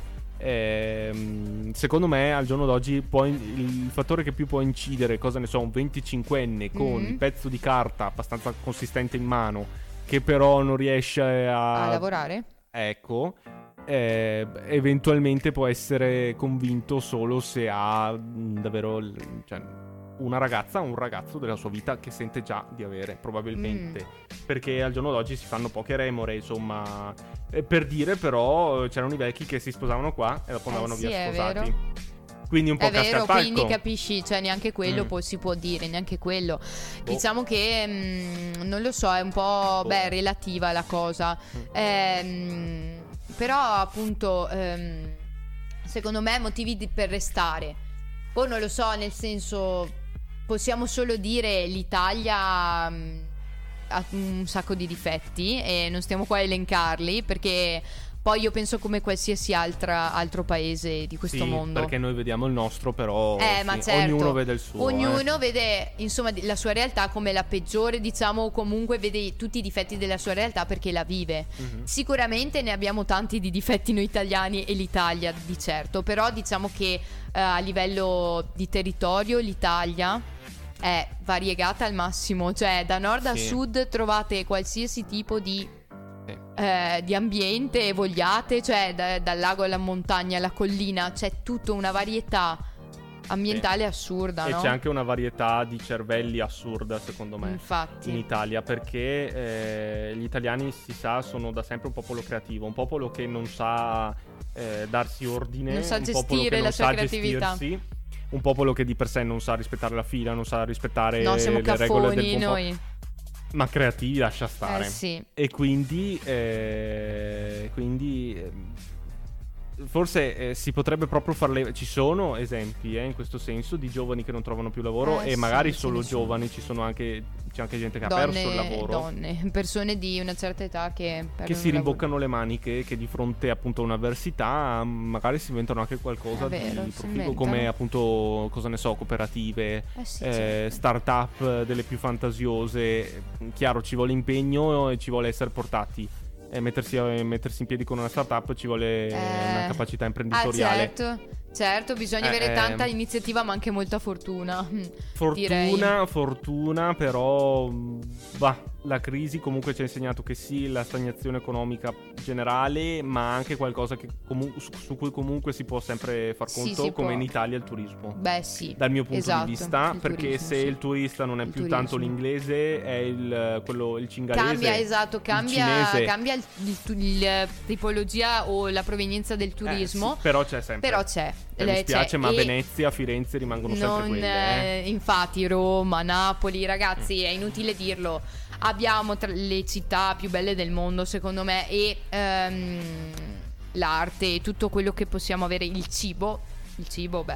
S3: Ehm, secondo me al giorno d'oggi può in- il fattore che più può incidere, cosa ne so, un venticinquenne con
S4: Mhm.
S3: il pezzo di carta abbastanza consistente in mano, che però non riesce a,
S4: A lavorare?
S3: ecco, eh, eventualmente può essere convinto solo se ha mh, davvero l- cioè, una ragazza o un ragazzo della sua vita che sente già di avere, probabilmente. Perché al giorno d'oggi si fanno poche remore, insomma. Eh, per dire, però, c'erano i vecchi che si sposavano qua e dopo
S4: Eh
S3: andavano
S4: sì,
S3: via
S4: è
S3: sposati.
S4: vero.
S3: Quindi un po'
S4: È
S3: casca
S4: vero,
S3: al palco.
S4: quindi capisci, cioè neanche quello
S3: Mm.
S4: poi si può dire, neanche quello.
S3: Boh.
S4: Diciamo che mm, non lo so, è un po'
S3: Boh.
S4: beh, relativa la cosa.
S3: Mm.
S4: Ehm, però appunto ehm, secondo me motivi di- per restare. Poi non lo so, nel senso possiamo solo dire l'Italia mm, ha un sacco di difetti e non stiamo qua a elencarli perché poi io penso come qualsiasi altra, altro paese di questo
S3: Sì,
S4: mondo.
S3: perché noi vediamo il nostro, però
S4: Eh,
S3: sì,
S4: ma certo.
S3: ognuno vede il suo.
S4: Ognuno
S3: eh.
S4: vede, insomma, di- la sua realtà come la peggiore, diciamo, o comunque vede tutti i difetti della sua realtà perché la vive.
S3: Mhm.
S4: Sicuramente ne abbiamo tanti di difetti noi italiani e l'Italia di certo, però diciamo che eh, a livello di territorio l'Italia è variegata al massimo, cioè da nord a
S3: Sì.
S4: sud trovate qualsiasi tipo di
S3: Sì.
S4: eh, di ambiente, vogliate, cioè da- dal lago alla montagna, alla collina, c'è tutta una varietà ambientale assurda,
S3: E
S4: no?
S3: c'è anche una varietà di cervelli assurda, secondo me.
S4: Infatti.
S3: In Italia, perché eh, gli italiani, si sa, sono da sempre un popolo creativo, un popolo che non sa eh, darsi ordine,
S4: Non sa
S3: un popolo
S4: gestire
S3: che non
S4: la sua
S3: sa
S4: creatività.
S3: gestirsi, un popolo che di per sé non sa rispettare la fila, non sa rispettare
S4: No, siamo
S3: le regole del
S4: caffoni
S3: buon po-
S4: noi.
S3: Ma creativi lascia stare.
S4: Eh sì.
S3: E quindi, eh, quindi eh, forse eh, si potrebbe proprio farle. Ci sono esempi eh, in questo senso di giovani che non trovano più lavoro
S4: Eh
S3: e
S4: sì,
S3: magari
S4: ce
S3: solo
S4: ne sono.
S3: giovani, ci sono anche, c'è anche gente che ha
S4: Donne,
S3: perso il lavoro.
S4: donne, persone di una certa età che
S3: Che
S4: perdono
S3: si
S4: il lavoro.
S3: rimboccano le maniche, che di fronte appunto a un'avversità magari si inventano anche qualcosa
S4: È vero,
S3: di
S4: si
S3: proficuo,
S4: inventano.
S3: come appunto, cosa ne so, cooperative,
S4: Eh sì,
S3: eh,
S4: certo.
S3: start-up delle più fantasiose. Chiaro, ci vuole impegno e ci vuole essere portati. E mettersi, eh, mettersi in piedi con una startup ci vuole
S4: Eh,
S3: una capacità
S4: Ah,
S3: imprenditoriale.
S4: certo, certo, bisogna
S3: Eh,
S4: avere
S3: eh,
S4: tanta iniziativa ma anche molta fortuna.
S3: Fortuna,
S4: direi.
S3: fortuna, però mh, bah, la crisi comunque ci ha insegnato che sì, la stagnazione economica generale, ma anche qualcosa che comu- su, su cui comunque si può sempre far
S4: Sì,
S3: conto,
S4: si
S3: come
S4: può.
S3: in Italia il turismo.
S4: Beh sì.
S3: Dal mio punto
S4: esatto,
S3: di vista,
S4: il
S3: perché
S4: turismo,
S3: se
S4: sì.
S3: il turista non è
S4: Il
S3: più
S4: turismo.
S3: tanto l'inglese, è il, quello, il cingalese.
S4: Cambia, esatto, cambia,
S3: cinese.
S4: cambia il, il, tu- il tipologia o la provenienza del turismo.
S3: Eh, sì, però c'è sempre.
S4: Però c'è.
S3: Eh,
S4: Le-
S3: mi spiace,
S4: c'è.
S3: ma
S4: E
S3: Venezia, Firenze rimangono sempre
S4: non,
S3: quelle. Eh.
S4: eh, infatti Roma, Napoli, ragazzi, è inutile dirlo. Abbiamo tra le città più belle del mondo, secondo me, e ehm, l'arte e tutto quello che possiamo avere, il cibo. Il cibo, beh,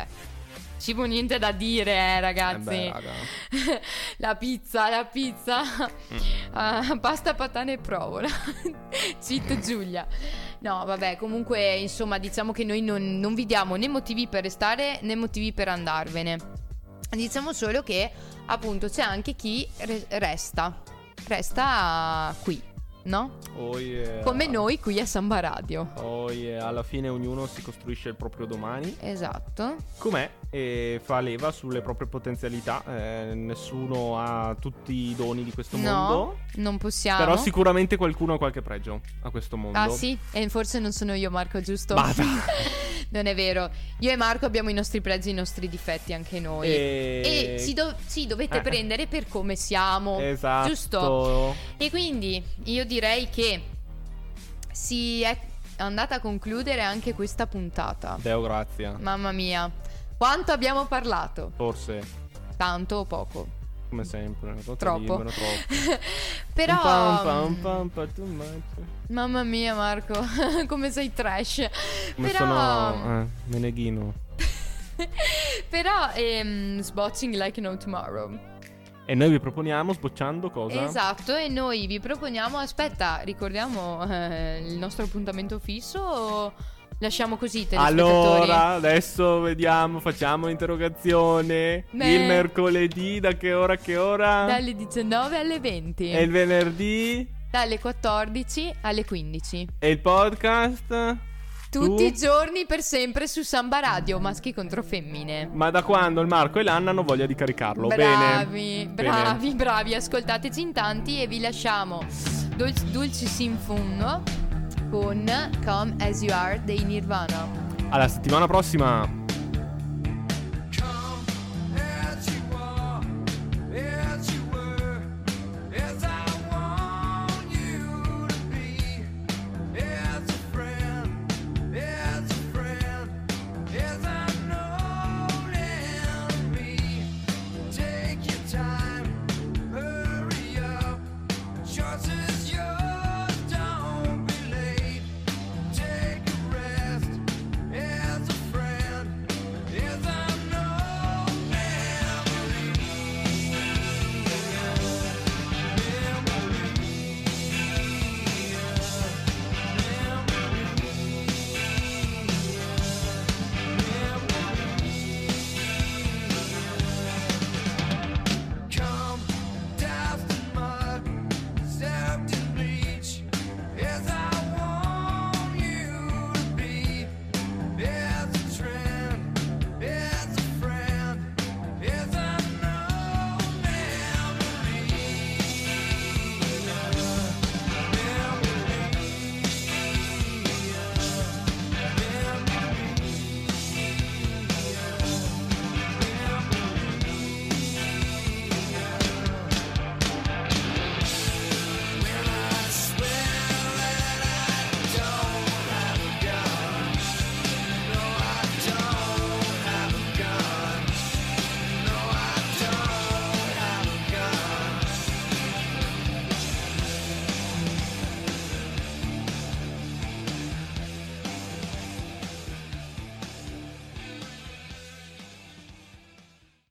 S4: Cibo niente da dire, eh, ragazzi.
S3: Eh beh, raga.
S4: La pizza, la pizza. Ah, pasta, patane e provola. Cheat Giulia. No, vabbè, comunque, insomma, diciamo che noi non, non vi diamo né motivi per restare né motivi per andarvene. Diciamo solo che, appunto, c'è anche chi re- resta. Resta qui, no?
S3: Oh yeah.
S4: Come noi qui a Samba Radio.
S3: Oh yeah. Alla fine ognuno si costruisce il proprio domani.
S4: Esatto.
S3: Com'è? E fa leva sulle proprie potenzialità. eh, Nessuno ha tutti i doni di questo
S4: No,
S3: mondo.
S4: non possiamo.
S3: Però sicuramente qualcuno ha qualche pregio a questo mondo.
S4: Ah sì? E forse non sono io, Marco, giusto?
S3: Ma dai.
S4: Non è vero. Io e Marco abbiamo i nostri pregi e i nostri difetti anche noi.
S3: E,
S4: E ci, do- ci dovete
S3: Eh.
S4: prendere per come siamo.
S3: Esatto.
S4: Giusto? E quindi io direi che si è andata a concludere anche questa puntata.
S3: Deo grazia.
S4: Mamma mia. Quanto abbiamo parlato?
S3: Forse,
S4: Tanto o poco?
S3: come sempre. una cosa
S4: Troppo.
S3: libera, troppo.
S4: Però
S3: Pam, pam, pam, pam, too much.
S4: mamma mia, Marco, come sei trash.
S3: Come
S4: Però
S3: sono eh, meneghino.
S4: Però ehm, sbocching like no tomorrow.
S3: E noi vi proponiamo, sbocciando cosa?
S4: Esatto, e noi vi proponiamo, aspetta, ricordiamo eh, il nostro appuntamento fisso o lasciamo così, telespettatori?
S3: Allora, adesso vediamo, facciamo l'interrogazione.
S4: Beh.
S3: Il mercoledì da che ora a che ora?
S4: Dalle diciannove alle venti.
S3: E il venerdì?
S4: Dalle quattordici alle quindici.
S3: E il podcast?
S4: Tutti
S3: Tu?
S4: i giorni per sempre su Samba Radio, maschi contro femmine.
S3: Ma da quando il Marco e l'Anna hanno voglia di caricarlo?
S4: Bravi,
S3: Bene.
S4: bravi,
S3: Bene.
S4: bravi, ascoltateci in tanti e vi lasciamo Dul- Dulcis in Fundo con Come As You Are dei Nirvana.
S3: Alla settimana prossima.